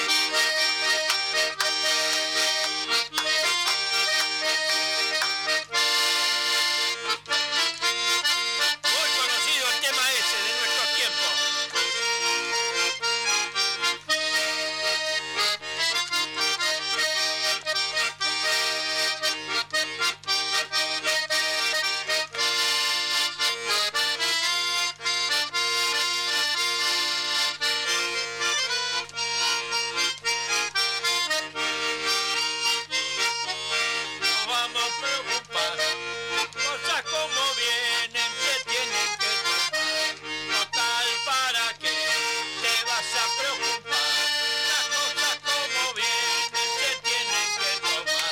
Speaker 3: Muy conocido el tema ese de nuestros tiempos. Nos vamos a preocupar, cosas como vienen se tienen que tomar. Total, ¿para qué te vas a preocupar? Las cosas como vienen se tienen que tomar.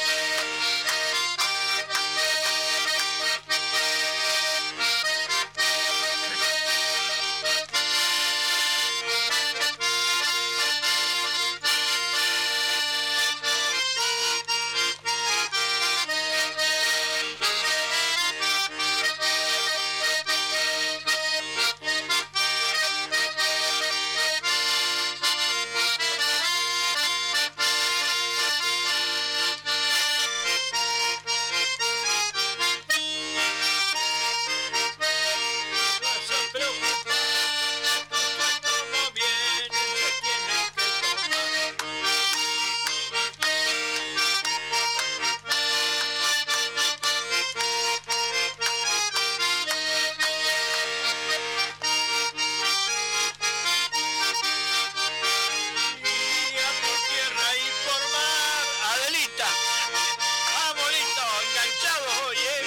Speaker 3: Vas a preocupar, las cosas como vienen se tienen que tomar. Día por tierra y por mar. Adelita, vamos, Lito, enganchados hoy, ¿eh?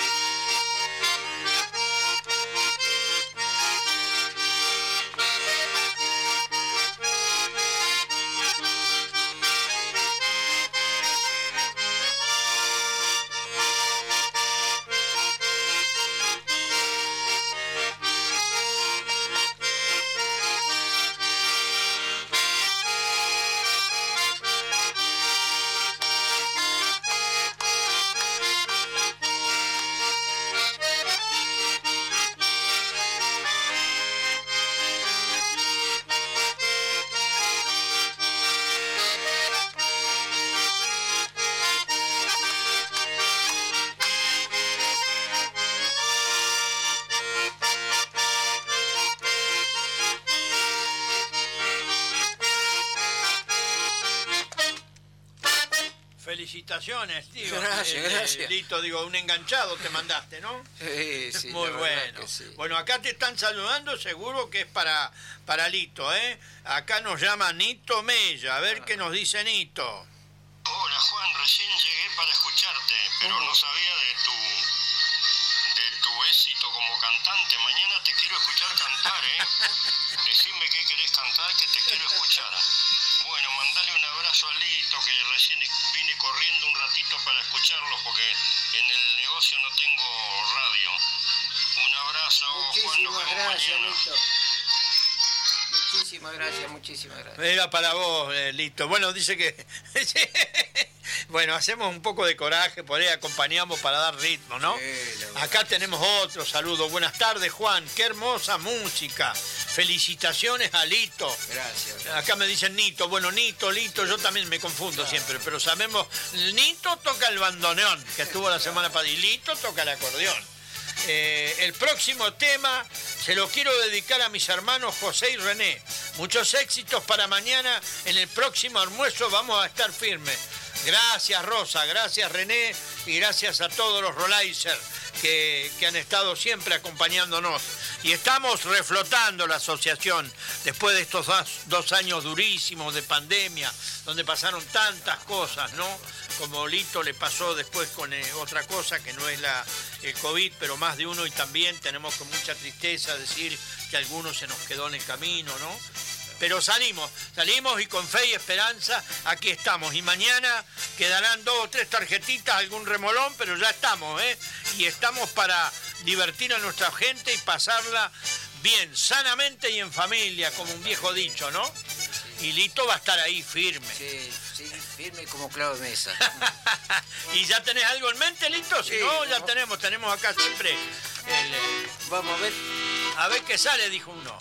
Speaker 3: Felicitaciones, tío.
Speaker 5: Gracias.
Speaker 3: Lito, digo, un enganchado te mandaste, ¿no?
Speaker 5: Sí,
Speaker 3: Muy
Speaker 5: la verdad
Speaker 3: bueno.
Speaker 5: que sí.
Speaker 3: Bueno, acá te están saludando, seguro que es para Lito, ¿eh? Acá nos llama Nito Mella, a ver qué nos dice Nito.
Speaker 8: Hola Juan, recién llegué para escucharte, pero no sabía de tu éxito
Speaker 9: Lito como cantante. Mañana te quiero escuchar cantar, ¿eh? Decime qué querés cantar, que te quiero escuchar. Bueno, mandale un abrazo a Lito, que recién vine corriendo un ratito para escucharlo, porque en el negocio no tengo radio. Un abrazo, Juan, nos vemos mañana.
Speaker 5: Lito. Muchísimas gracias.
Speaker 3: Era para vos, Lito. Bueno, dice que... Bueno, hacemos un poco de coraje, por ahí acompañamos para dar ritmo, ¿no? Acá tenemos otro saludo. Buenas tardes, Juan. Qué hermosa música. Felicitaciones a Lito.
Speaker 5: Gracias.
Speaker 3: Acá me dicen Nito. Bueno, Nito, Lito, yo también me confundo siempre, pero sabemos, Nito toca el bandoneón, que estuvo la semana pasada, y Lito toca el acordeón. El próximo tema se lo quiero dedicar a mis hermanos José y René. Muchos éxitos para mañana. En el próximo almuerzo vamos a estar firmes. Gracias, Rosa, gracias, René, y gracias a todos los Rolaiser que han estado siempre acompañándonos. Y estamos reflotando la asociación después de estos dos años durísimos de pandemia, donde pasaron tantas cosas, ¿no? Como Lito le pasó después con otra cosa que no es el COVID, pero más de uno, y también tenemos con mucha tristeza decir que algunos se nos quedó en el camino, ¿no? Pero salimos y con fe y esperanza aquí estamos. Y mañana quedarán 2 o 3 tarjetitas, algún remolón, pero ya estamos, ¿eh? Y estamos para divertir a nuestra gente y pasarla bien, sanamente y en familia, como un viejo dicho, ¿no? Y Lito va a estar ahí firme.
Speaker 5: Sí, firme como clavo de mesa.
Speaker 3: ¿Y ya tenés algo en mente, Lito? Si no, ya tenemos acá siempre
Speaker 5: Vamos a ver.
Speaker 3: A ver qué sale, dijo uno.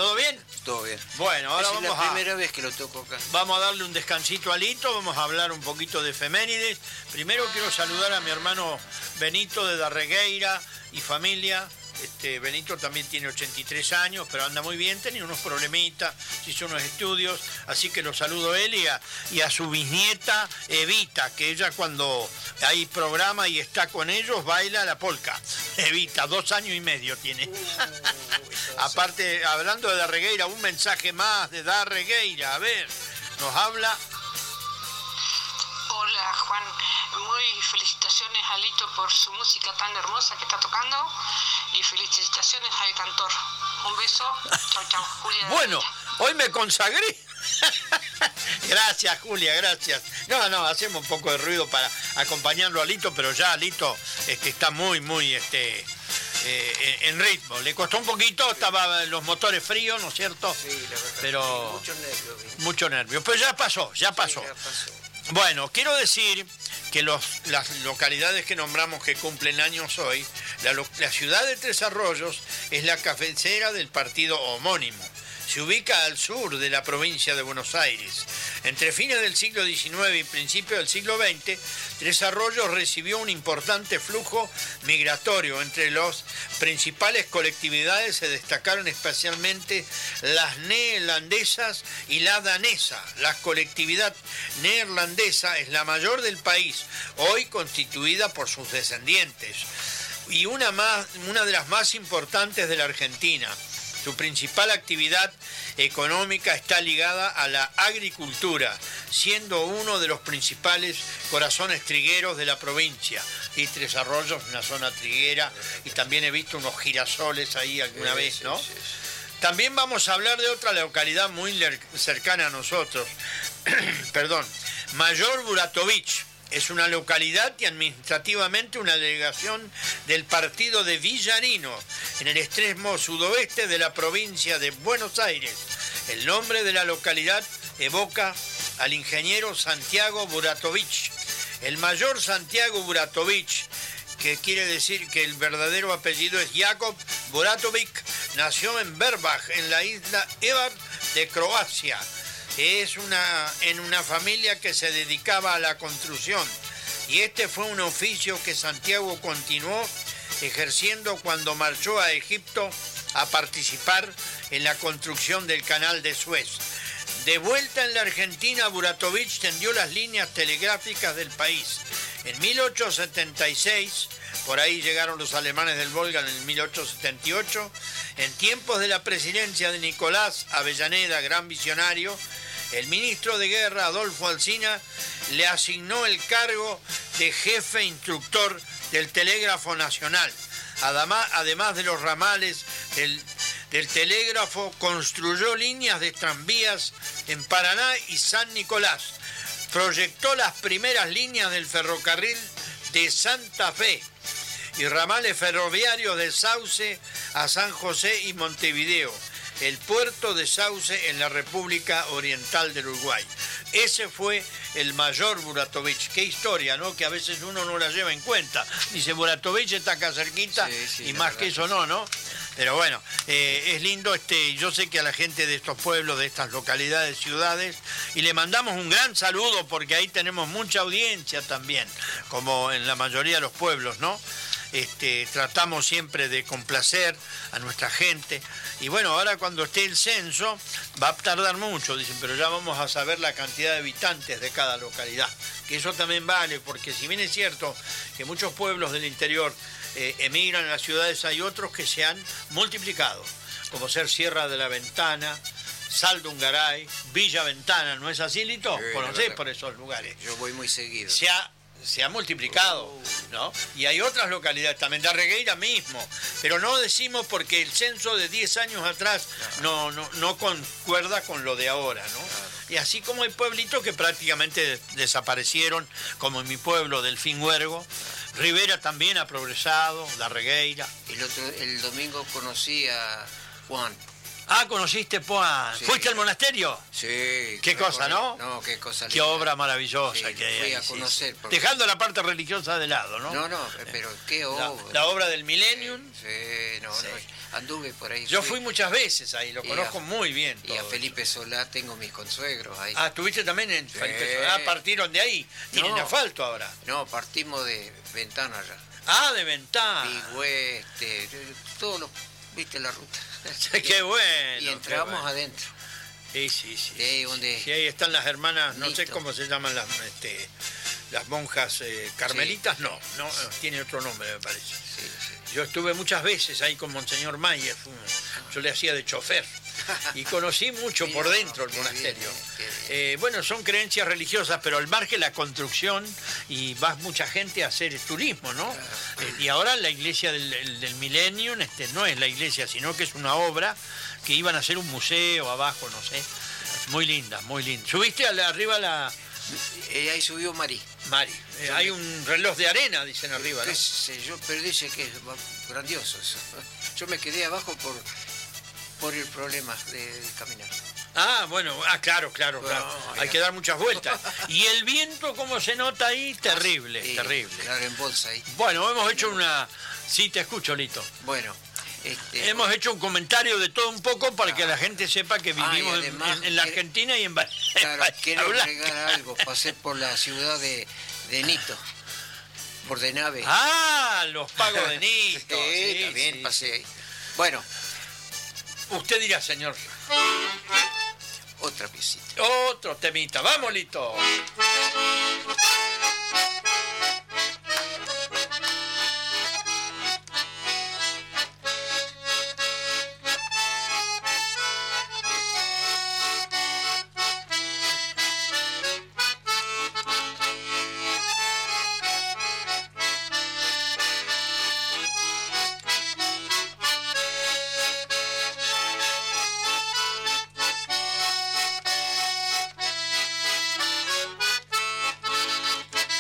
Speaker 3: ¿Todo bien?
Speaker 5: Todo bien.
Speaker 3: Bueno, ahora
Speaker 5: es la primera vez que lo toco acá.
Speaker 3: Vamos a darle un descansito a Lito, vamos a hablar un poquito de efemérides. Primero quiero saludar a mi hermano Benito de Darregueira y familia. Benito también tiene 83 años, pero anda muy bien, tenía unos problemitas, se hizo unos estudios, así que lo saludo a él y a su bisnieta Evita, que ella cuando hay programa y está con ellos baila la polka. Evita, 2 años y medio tiene. Aparte, hablando de Darregueira, un mensaje más de Darregueira, a ver, nos habla.
Speaker 6: Hola Juan, muy felicitaciones a Lito por su música tan hermosa que está tocando y felicitaciones al cantor. Un beso, chau chau, Julia.
Speaker 3: Bueno, hoy me consagré. Gracias Julia, gracias. No, hacemos un poco de ruido para acompañarlo a Lito, pero ya Lito está muy en ritmo. Le costó un poquito, estaban los motores fríos, ¿no es cierto?
Speaker 5: Sí, la verdad.
Speaker 3: Pero
Speaker 5: Sí,
Speaker 3: mucho nervio. Pero ya pasó.
Speaker 5: Sí, ya pasó.
Speaker 3: Bueno, quiero decir que las localidades que nombramos que cumplen años hoy, la ciudad de Tres Arroyos es la cabecera del partido homónimo. Se ubica al sur de la provincia de Buenos Aires. Entre fines del siglo XIX y principios del siglo XX, Tres Arroyos recibió un importante flujo migratorio. Entre las principales colectividades se destacaron especialmente las neerlandesas y la danesa. La colectividad neerlandesa es la mayor del país, hoy constituida por sus descendientes, y una de las más importantes de la Argentina. Su principal actividad económica está ligada a la agricultura, siendo uno de los principales corazones trigueros de la provincia. Y Tres Arroyos, una zona triguera, y también he visto unos girasoles ahí alguna vez, ¿no? Sí. También vamos a hablar de otra localidad muy cercana a nosotros, perdón, Mayor Buratovich. Es una localidad y administrativamente una delegación del partido de Villarino, en el extremo sudoeste de la provincia de Buenos Aires. El nombre de la localidad evoca al ingeniero Santiago Buratovich. El mayor Santiago Buratovich, que quiere decir que el verdadero apellido es Jakub Buratovich, nació en Berbach, en la isla Hvar de Croacia. Es en una familia que se dedicaba a la construcción, y este fue un oficio que Santiago continuó ejerciendo cuando marchó a Egipto a participar en la construcción del canal de Suez. De vuelta en la Argentina, Buratovich tendió las líneas telegráficas del país. En 1876, por ahí llegaron los alemanes del Volga en el 1878, en tiempos de la presidencia de Nicolás Avellaneda, gran visionario, el ministro de Guerra, Adolfo Alsina, le asignó el cargo de jefe instructor del Telégrafo Nacional. Además de los ramales del telégrafo, construyó líneas de tranvías en Paraná y San Nicolás. Proyectó las primeras líneas del ferrocarril de Santa Fe y ramales ferroviarios de Sauce a San José y Montevideo, el puerto de Sauce en la República Oriental del Uruguay. Ese fue el mayor Buratovich. Qué historia, ¿no? Que a veces uno no la lleva en cuenta. Dice, Buratovich está acá cerquita, sí, y más que eso no. Pero bueno, es lindo, yo sé que a la gente de estos pueblos, de estas localidades, ciudades, y le mandamos un gran saludo porque ahí tenemos mucha audiencia también, como en la mayoría de los pueblos, ¿no? Tratamos siempre de complacer a nuestra gente. Y bueno, ahora cuando esté el censo, va a tardar mucho, dicen, pero ya vamos a saber la cantidad de habitantes de cada localidad. Que eso también vale, porque si bien es cierto que muchos pueblos del interior emigran a las ciudades, hay otros que se han multiplicado, como ser Sierra de la Ventana, Saldo Ungaray, Villa Ventana, ¿no es así, Lito?
Speaker 5: Sí,
Speaker 3: conocés por esos lugares.
Speaker 5: Yo voy muy seguido.
Speaker 3: Se ha multiplicado, ¿no? Y hay otras localidades, también Darregueira mismo, pero no decimos porque el censo de 10 años atrás no concuerda con lo de ahora, ¿no? Y así como hay pueblitos que prácticamente desaparecieron, como en mi pueblo, Delfín Huergo, Rivera también ha progresado, Darregueira.
Speaker 5: El domingo conocí a Juan.
Speaker 3: Ah, conociste Poa.
Speaker 5: Sí.
Speaker 3: ¿Fuiste al monasterio?
Speaker 5: Sí.
Speaker 3: Qué cosa, ¿no?
Speaker 5: No, qué cosa
Speaker 3: Qué
Speaker 5: linda.
Speaker 3: obra maravillosa
Speaker 5: Sí,
Speaker 3: que hay
Speaker 5: fui
Speaker 3: ahí,
Speaker 5: a
Speaker 3: sí,
Speaker 5: conocer.
Speaker 3: sí.
Speaker 5: porque-
Speaker 3: Dejando la parte religiosa de lado, ¿no?
Speaker 5: No, pero qué obra.
Speaker 3: La obra del Millennium.
Speaker 5: Sí, no,
Speaker 3: Sí.
Speaker 5: no, anduve por ahí.
Speaker 3: Yo fui muchas veces ahí, lo
Speaker 5: Y
Speaker 3: conozco
Speaker 5: a-
Speaker 3: muy bien.
Speaker 5: Y a
Speaker 3: todo
Speaker 5: Felipe Solá tengo mis consuegros ahí.
Speaker 3: eso. Ah, ¿estuviste también en
Speaker 5: Sí.
Speaker 3: Felipe Solá? Ah, partieron de ahí. Tienen
Speaker 5: No.
Speaker 3: asfalto ahora.
Speaker 5: No, partimos de Ventana ya.
Speaker 3: Ah, de Ventana.
Speaker 5: Vigüe, todos los, viste la ruta.
Speaker 3: Qué bueno.
Speaker 5: Y
Speaker 3: qué
Speaker 5: entramos
Speaker 3: bueno.
Speaker 5: adentro.
Speaker 3: Sí.
Speaker 5: De ahí donde...
Speaker 3: Sí, ahí están las hermanas, no sé
Speaker 5: Listo.
Speaker 3: cómo se llaman las monjas carmelitas, no, tiene otro nombre me parece.
Speaker 5: Sí, sí.
Speaker 3: Yo estuve muchas veces ahí con Monseñor Mayer, yo le hacía de chofer y conocí mucho
Speaker 5: Mira,
Speaker 3: por dentro el
Speaker 5: qué
Speaker 3: monasterio.
Speaker 5: bien, qué bien.
Speaker 3: Bueno, son creencias religiosas, pero al margen la construcción y va mucha gente a hacer turismo, ¿no? Y ahora la iglesia del Millennium no es la iglesia, sino que es una obra que iban a hacer un museo abajo, no sé. Muy linda, muy linda. ¿Subiste arriba la
Speaker 5: Ahí subió Mari.
Speaker 3: Mari? Hay un reloj de arena, dicen arriba, ¿no?
Speaker 5: Qué sé yo, pero dice que es grandioso eso. Yo me quedé abajo por el problema de caminar.
Speaker 3: Ah, bueno, claro.
Speaker 5: No,
Speaker 3: Hay que dar muchas vueltas. Y el viento, como se nota ahí, terrible,
Speaker 5: Sí,
Speaker 3: terrible.
Speaker 5: Claro, en bolsa ahí.
Speaker 3: Bueno, hemos hecho una... Sí, te escucho, Lito.
Speaker 5: Bueno,
Speaker 3: Hemos hecho un comentario de todo un poco para que la gente sepa que vivimos
Speaker 5: y además,
Speaker 3: en la Argentina y en
Speaker 5: claro, quiero
Speaker 3: Blanca.
Speaker 5: agregar algo. Pasé por la ciudad de Nito, por de nave.
Speaker 3: Ah, los pagos de Nito.
Speaker 5: Sí,
Speaker 3: sí,
Speaker 5: también
Speaker 3: sí.
Speaker 5: pasé ahí. Bueno,
Speaker 3: Usted dirá, señor.
Speaker 5: otra piecita.
Speaker 3: Otro temita. Vamos, Lito.
Speaker 2: Thank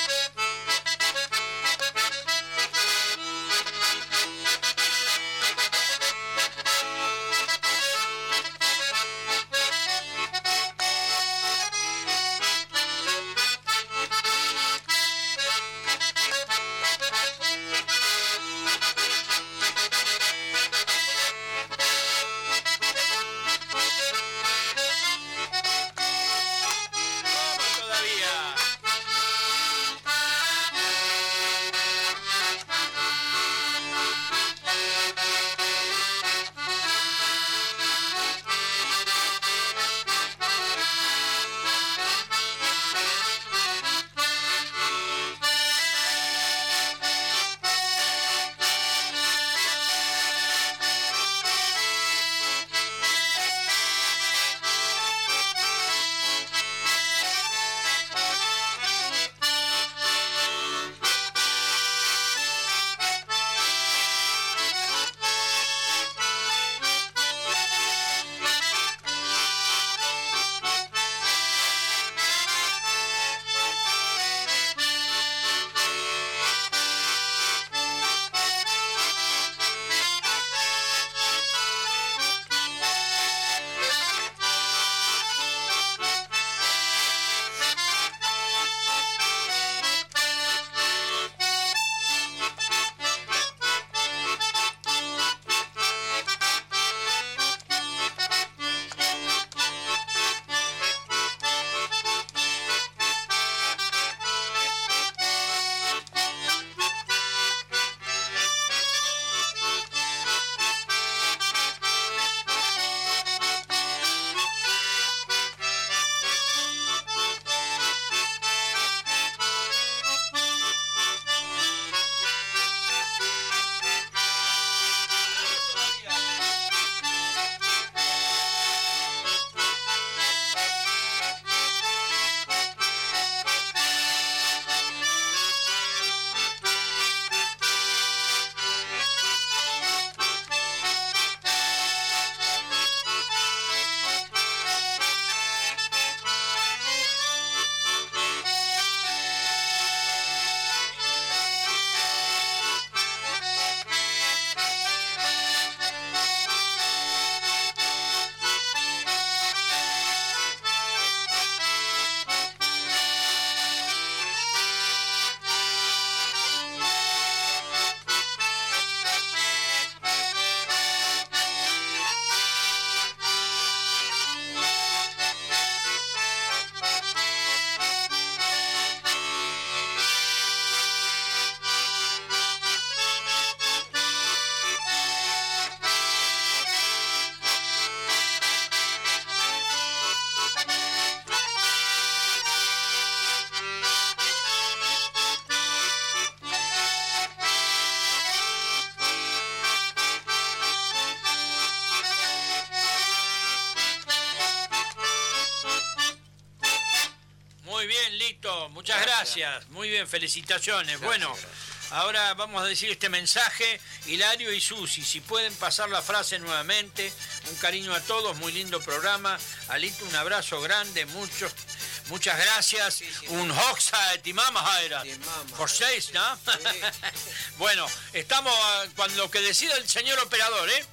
Speaker 3: Muchas gracias. Muy bien, felicitaciones. Bueno, ahora vamos a decir este mensaje. Hilario y Susi, si pueden pasar la frase nuevamente. Un cariño a todos, muy lindo programa. Alito, un abrazo grande, muchas gracias.
Speaker 5: Sí,
Speaker 3: Un hoxha de Mamahaira. Por 6, ¿no? Bueno, estamos con lo que decida el señor operador, ¿eh?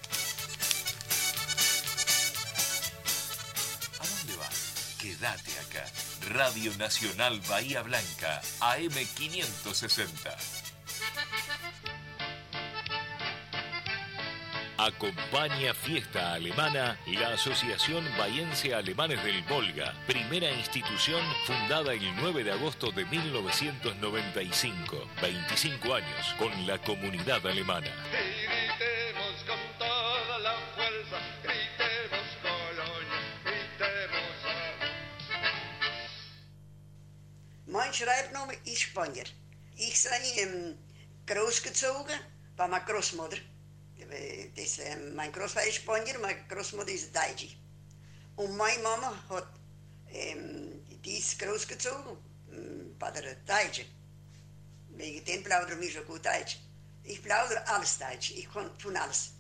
Speaker 1: ¿A dónde vas? Quédate acá. Radio Nacional Bahía Blanca, AM 560. Acompaña Fiesta Alemana la Asociación Bahiense Alemanes del Volga, primera institución fundada el 9 de agosto de 1995, 25 años con la comunidad alemana.
Speaker 2: Y gritemos con toda la fuerza, gritemos Colonia, gritemos
Speaker 4: Mein Schreibname ist Spanier. Ich sei großgezogen bei meiner Großmutter. Mein Großvater ist Spanier, meine Großmutter ist Deutsche. Und meine Mama die ist großgezogen bei der Deutschen. Wegen dem plaudern wir so gut Deutsch. Ich plaudere alles Deutsch, ich kann von alles.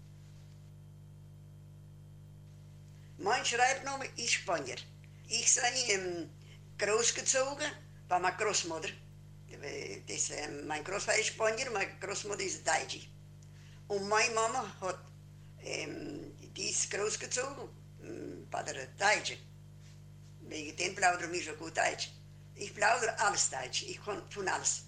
Speaker 4: Mein Schreibname ist Spanier. Ich sei großgezogen bei meiner Großmutter. Mein Großvater ist Spanier, meine Großmutter ist Deutsche. Und meine Mama die ist großgezogen bei der Deutschen. Wegen dem plaudern wir so gut Deutsch. Ich plaudere alles Deutsch, ich kann von alles.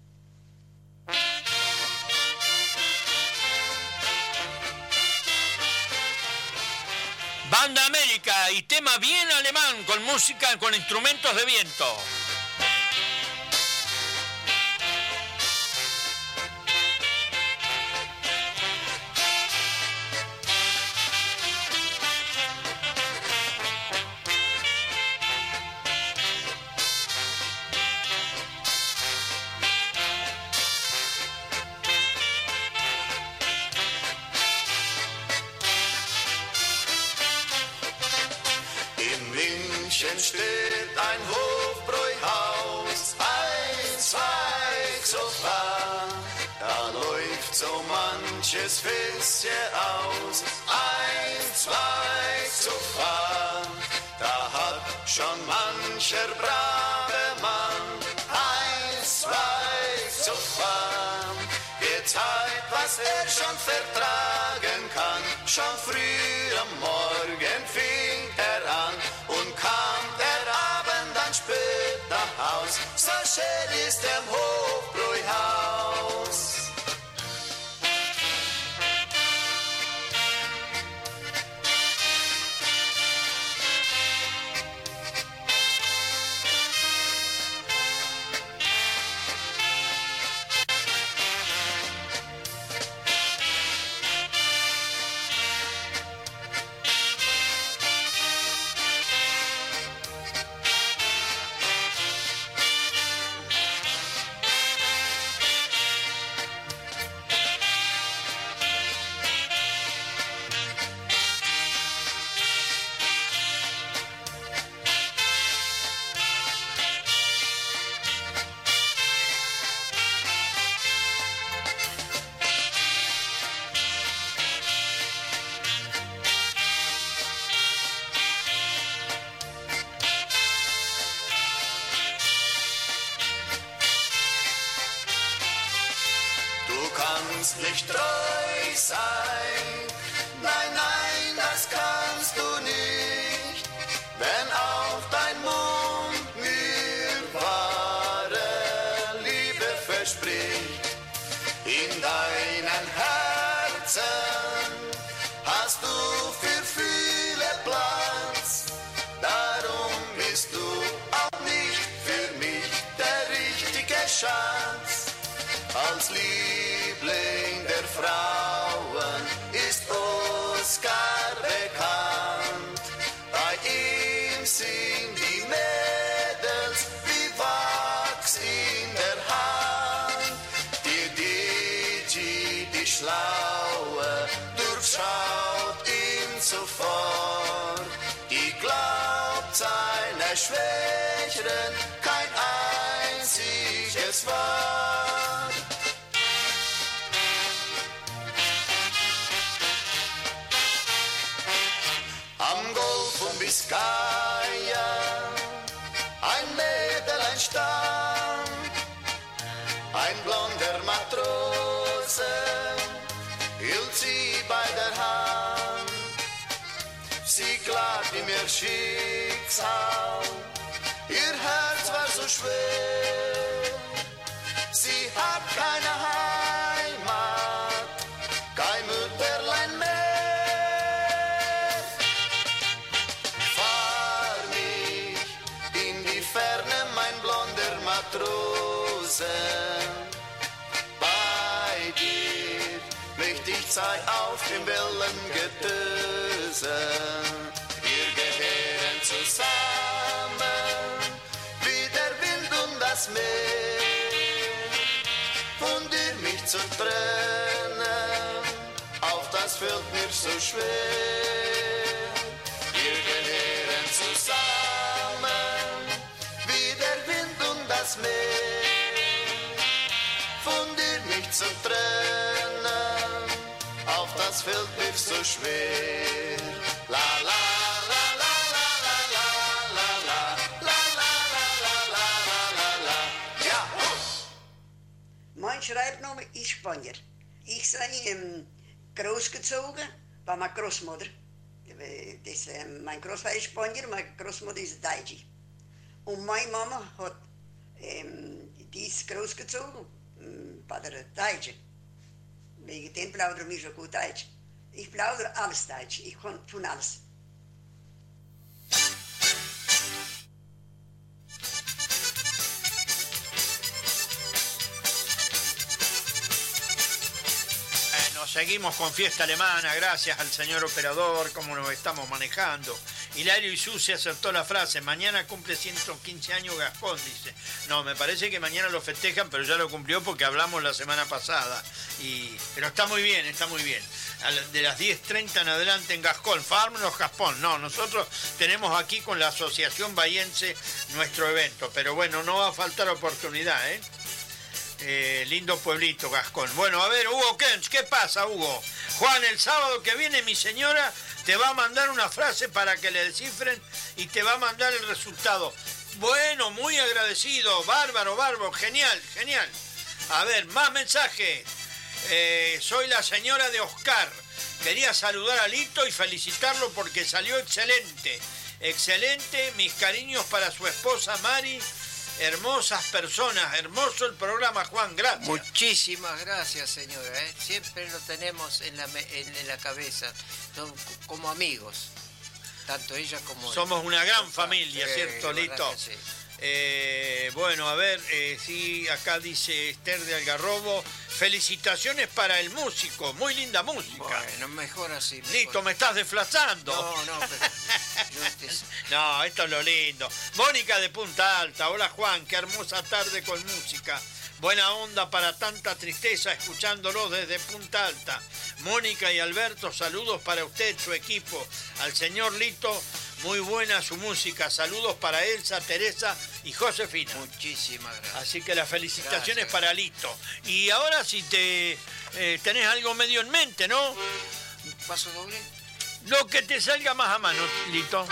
Speaker 3: Banda América y tema bien alemán con música con instrumentos de viento.
Speaker 2: Steht ein Hofbräuhaus, ein Zweig so fahr, da läuft so manches Festchen aus, ein Zweig so fahr, da hat schon mancher brave Mann, ein Zweig so fahr, gezeigt, was schon vertragen kann, schon früh am Morgen fing an und kam der Abend dann spät nach Haus, so schön ist der Hofbräuhaus. Nicht treu sein, nein, nein, das kannst du nicht, wenn auf dein Mund mir wahre Liebe verspricht. In deinem Herzen hast du für viele Platz, darum bist du auch nicht für mich der richtige Schatz. Als Liebling der Frauen ist Oskar bekannt. Bei ihm sind die Mädels wie Wachs in der Hand. Die Digi, die Schlaue, durchschaut ihn sofort. Die glaubt seiner Schwächeren kein es war. Am Golf von Biscaya ein Mädelein stand, ein blonder Matrose hielt sie bei der Hand. Sie klagte ihm ihr Schicksal, ihr Herz war so schwer. Sie hat keine Heimat, kein Mütterlein mehr. Fahr mich in die Ferne, mein blonder Matrose. Bei dir möchte ich sein auf dem Wellengetöse. Wir gehören zusammen wie der Wind und das Meer. Von dir mich zu trennen, auch das fällt mir so schwer. Wir gehören zusammen wie der Wind und das Meer. Von dir mich zu trennen, auch das fällt mir so schwer. La la la la la la la la la la la la la la la. Ja.
Speaker 4: Mein Schreibname ist Spanier. Ich sei großgezogen bei meiner Großmutter. Mein Großvater ist Spanier, meine Großmutter ist Deutsche. Und meine Mama die ist großgezogen bei der Deutschen. Wegen dem plaudern wir so gut Deutsch. Ich plaudere alles Deutsch, ich kann tun alles.
Speaker 3: Seguimos con Fiesta Alemana, gracias al señor operador, cómo nos estamos manejando. Hilario Isuse acertó la frase, mañana cumple 115 años Gascón, dice. No, me parece que mañana lo festejan, pero ya lo cumplió porque hablamos la semana pasada. Pero está muy bien, está muy bien. De las 10:30 en adelante en Gascón, Farmlos Gaspón. No, nosotros tenemos aquí con la Asociación Bahiense nuestro evento, pero bueno, no va a faltar oportunidad, ¿eh? Lindo pueblito, Gascón. Bueno, a ver, Hugo Kench, ¿qué pasa, Hugo? Juan, el sábado que viene mi señora te va a mandar una frase para que le descifren y te va a mandar el resultado. Bueno, muy agradecido, bárbaro, genial, genial. A ver, más mensajes. Soy la señora de Oscar. Quería saludar a Lito y felicitarlo porque salió excelente. Excelente, mis cariños para su esposa Mari. Hermosas personas, hermoso el programa, Juan, gracias.
Speaker 5: Muchísimas gracias, señora. Siempre lo tenemos en la cabeza, son como amigos, tanto ella como
Speaker 3: somos una gran familia, ¿cierto, Lito?
Speaker 5: Sí.
Speaker 3: Bueno, a ver, sí, acá dice Esther de Algarrobo, felicitaciones para el músico, muy linda música.
Speaker 5: Bueno, mejor así. Mejor.
Speaker 3: Lito, me estás desflazando.
Speaker 5: No, pero
Speaker 3: no, esto es lo lindo. Mónica de Punta Alta, hola Juan, qué hermosa tarde con música. Buena onda para tanta tristeza escuchándolo desde Punta Alta. Mónica y Alberto, saludos para usted, su equipo. Al señor Lito, muy buena su música. Saludos para Elsa, Teresa y Josefina.
Speaker 5: Muchísimas gracias.
Speaker 3: Así que las felicitaciones para Lito. Y ahora si tenés algo medio en mente, ¿no?
Speaker 5: ¿Paso doble?
Speaker 3: Lo que te salga más a mano, Lito.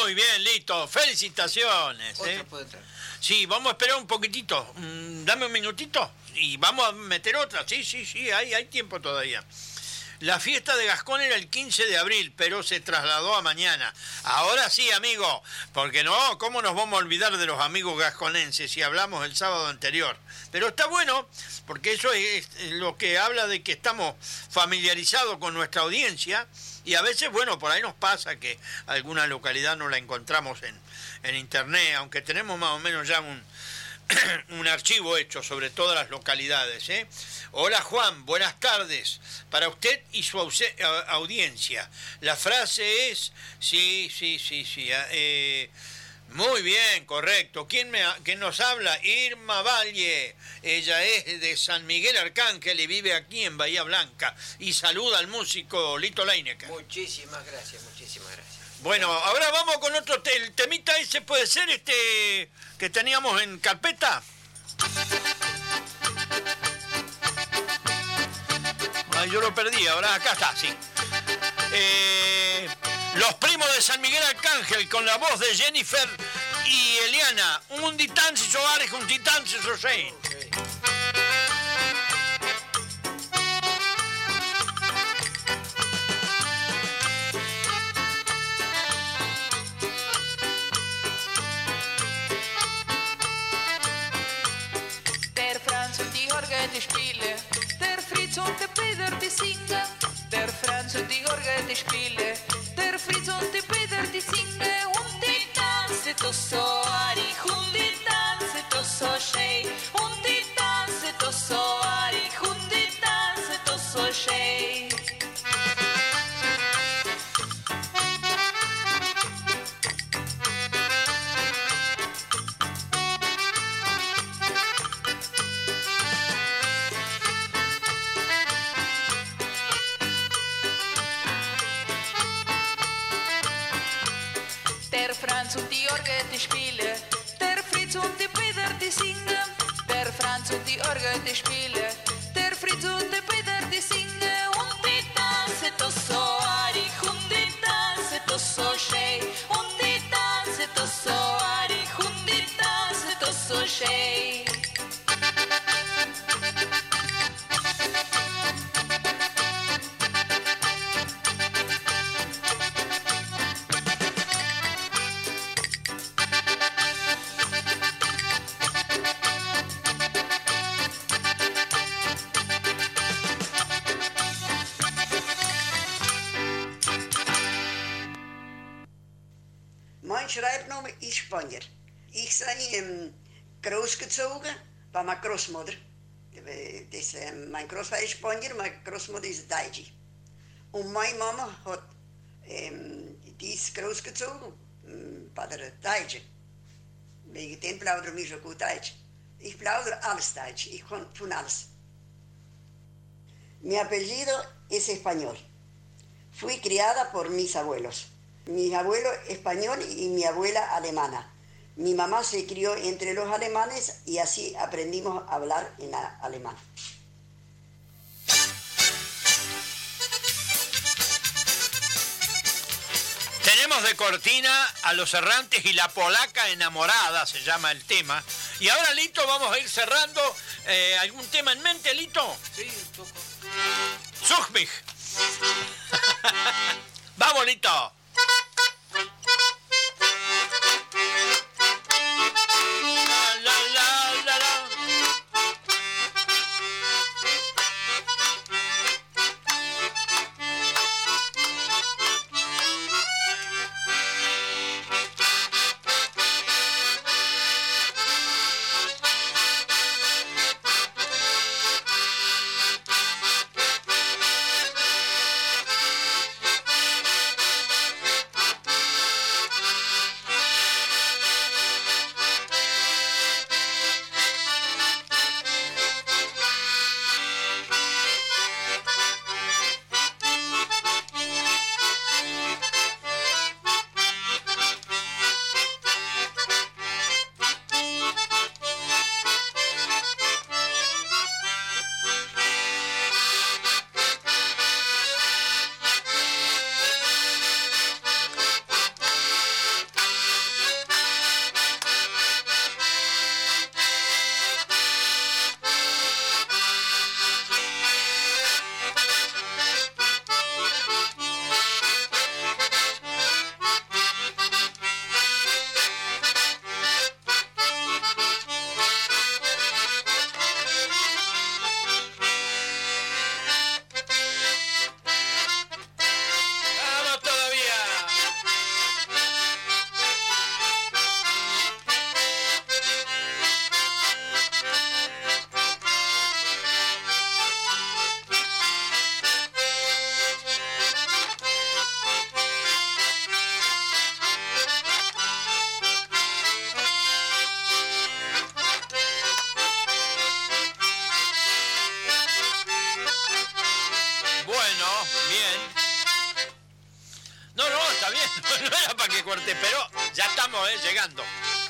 Speaker 3: Muy bien, listo. Felicitaciones.
Speaker 5: Otro puede entrar.
Speaker 3: Sí, vamos a esperar un poquitito. Dame un minutito y vamos a meter otra. Sí, hay tiempo todavía. La fiesta de Gascón era el 15 de abril, pero se trasladó a mañana. Ahora sí, amigo, porque no, ¿cómo nos vamos a olvidar de los amigos gasconenses si hablamos el sábado anterior? Pero está bueno, porque eso es lo que habla de que estamos familiarizados con nuestra audiencia y a veces, bueno, por ahí nos pasa que alguna localidad no la encontramos en internet, aunque tenemos más o menos ya un archivo hecho sobre todas las localidades. Hola Juan, buenas tardes para usted y su audiencia. La frase es sí. Muy bien, correcto. ¿Quién nos habla? Irma Valle. Ella es de San Miguel Arcángel y vive aquí en Bahía Blanca. Y saluda al músico Lito Leinecker.
Speaker 5: Muchísimas gracias.
Speaker 3: Bueno, ahora vamos con otro el temita ese, puede ser que teníamos en carpeta. Ay, yo lo perdí, ahora acá está, sí. Los primos de San Miguel Arcángel con la voz de Jennifer y Eliana. Un titán si soares, un titán si sosein.
Speaker 10: Die Spiele, der Fritz und der Peter, die singen. Der Franz und die Jorge, die Spiele, der Fritz und der Peter, die singen. Und die tanze to so ari, und die tanze to so schön. Und die tanze to so ari, und die tanze to so schön. Und die Orgel, die spielen, der Fritz und die Peter, die singen. Der Franz und die Orgel, die spielen, der Fritz und die Peter, die singen. Und die tanze to so ari, und die tanze to so schön. Und die tanze to so ari, und die tanze to so schön.
Speaker 4: Mein Schreibname ist Spanier. Ich bin großgezogen bei meiner Großmutter. Mein Großvater ist Spanier, meine Großmutter ist Deutsche. Und meine Mama die ist großgezogen bei der Deutschen. Wegen dem plaudern wir so gut Deutsch. Ich plaudere alles Deutsch, ich kann von alles. Mi apellido es español. Fui criada por mis abuelos. Mi abuelo español y mi abuela alemana. Mi mamá se crió entre los alemanes y así aprendimos a hablar en alemán.
Speaker 3: Tenemos de cortina a Los Errantes y La Polaca Enamorada, se llama el tema. Y ahora, Lito, vamos a ir cerrando. ¿Algún tema en mente, Lito?
Speaker 5: Sí, un poco.
Speaker 3: Such mich. Vamos, Lito. Pero ya estamos llegando.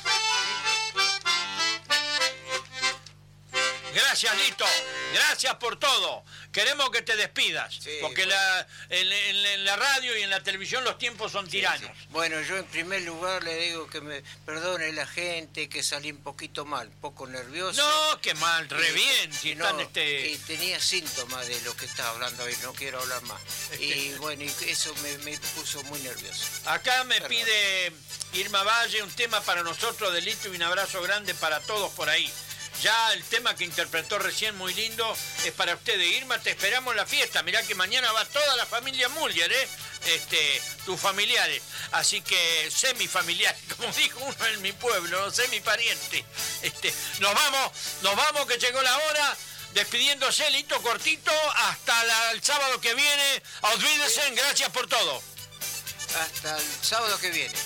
Speaker 3: Gracias, Lito. Gracias por todo. Queremos que te despidas, sí, porque en la radio y en la televisión los tiempos son tiranos.
Speaker 5: Sí. Bueno, yo en primer lugar le digo que me perdone la gente, que salí un poquito mal, un poco nervioso.
Speaker 3: No, qué mal, re bien. Si
Speaker 5: no, y tenía síntomas de lo que estaba hablando hoy, no quiero hablar más. Y bueno, y eso me puso muy nervioso.
Speaker 3: Acá me pide Irma Valle un tema para nosotros de Lito y un abrazo grande para todos por ahí. Ya el tema que interpretó recién, muy lindo, es para ustedes. Irma, te esperamos en la fiesta. Mirá que mañana va toda la familia Müller, tus familiares. Así que semifamiliares, como dijo uno en mi pueblo, semipariente. Nos vamos, que llegó la hora. Despidiéndose, Lito, cortito, hasta el sábado que viene. Olvídense, gracias por todo.
Speaker 5: Hasta el sábado que viene.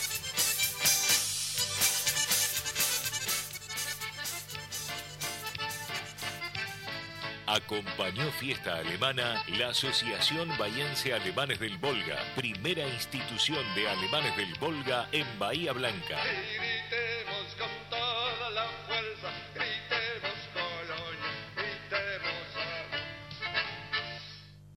Speaker 1: Acompañó Fiesta Alemana la Asociación Bahiense Alemanes del Volga, primera institución de alemanes del Volga en Bahía Blanca.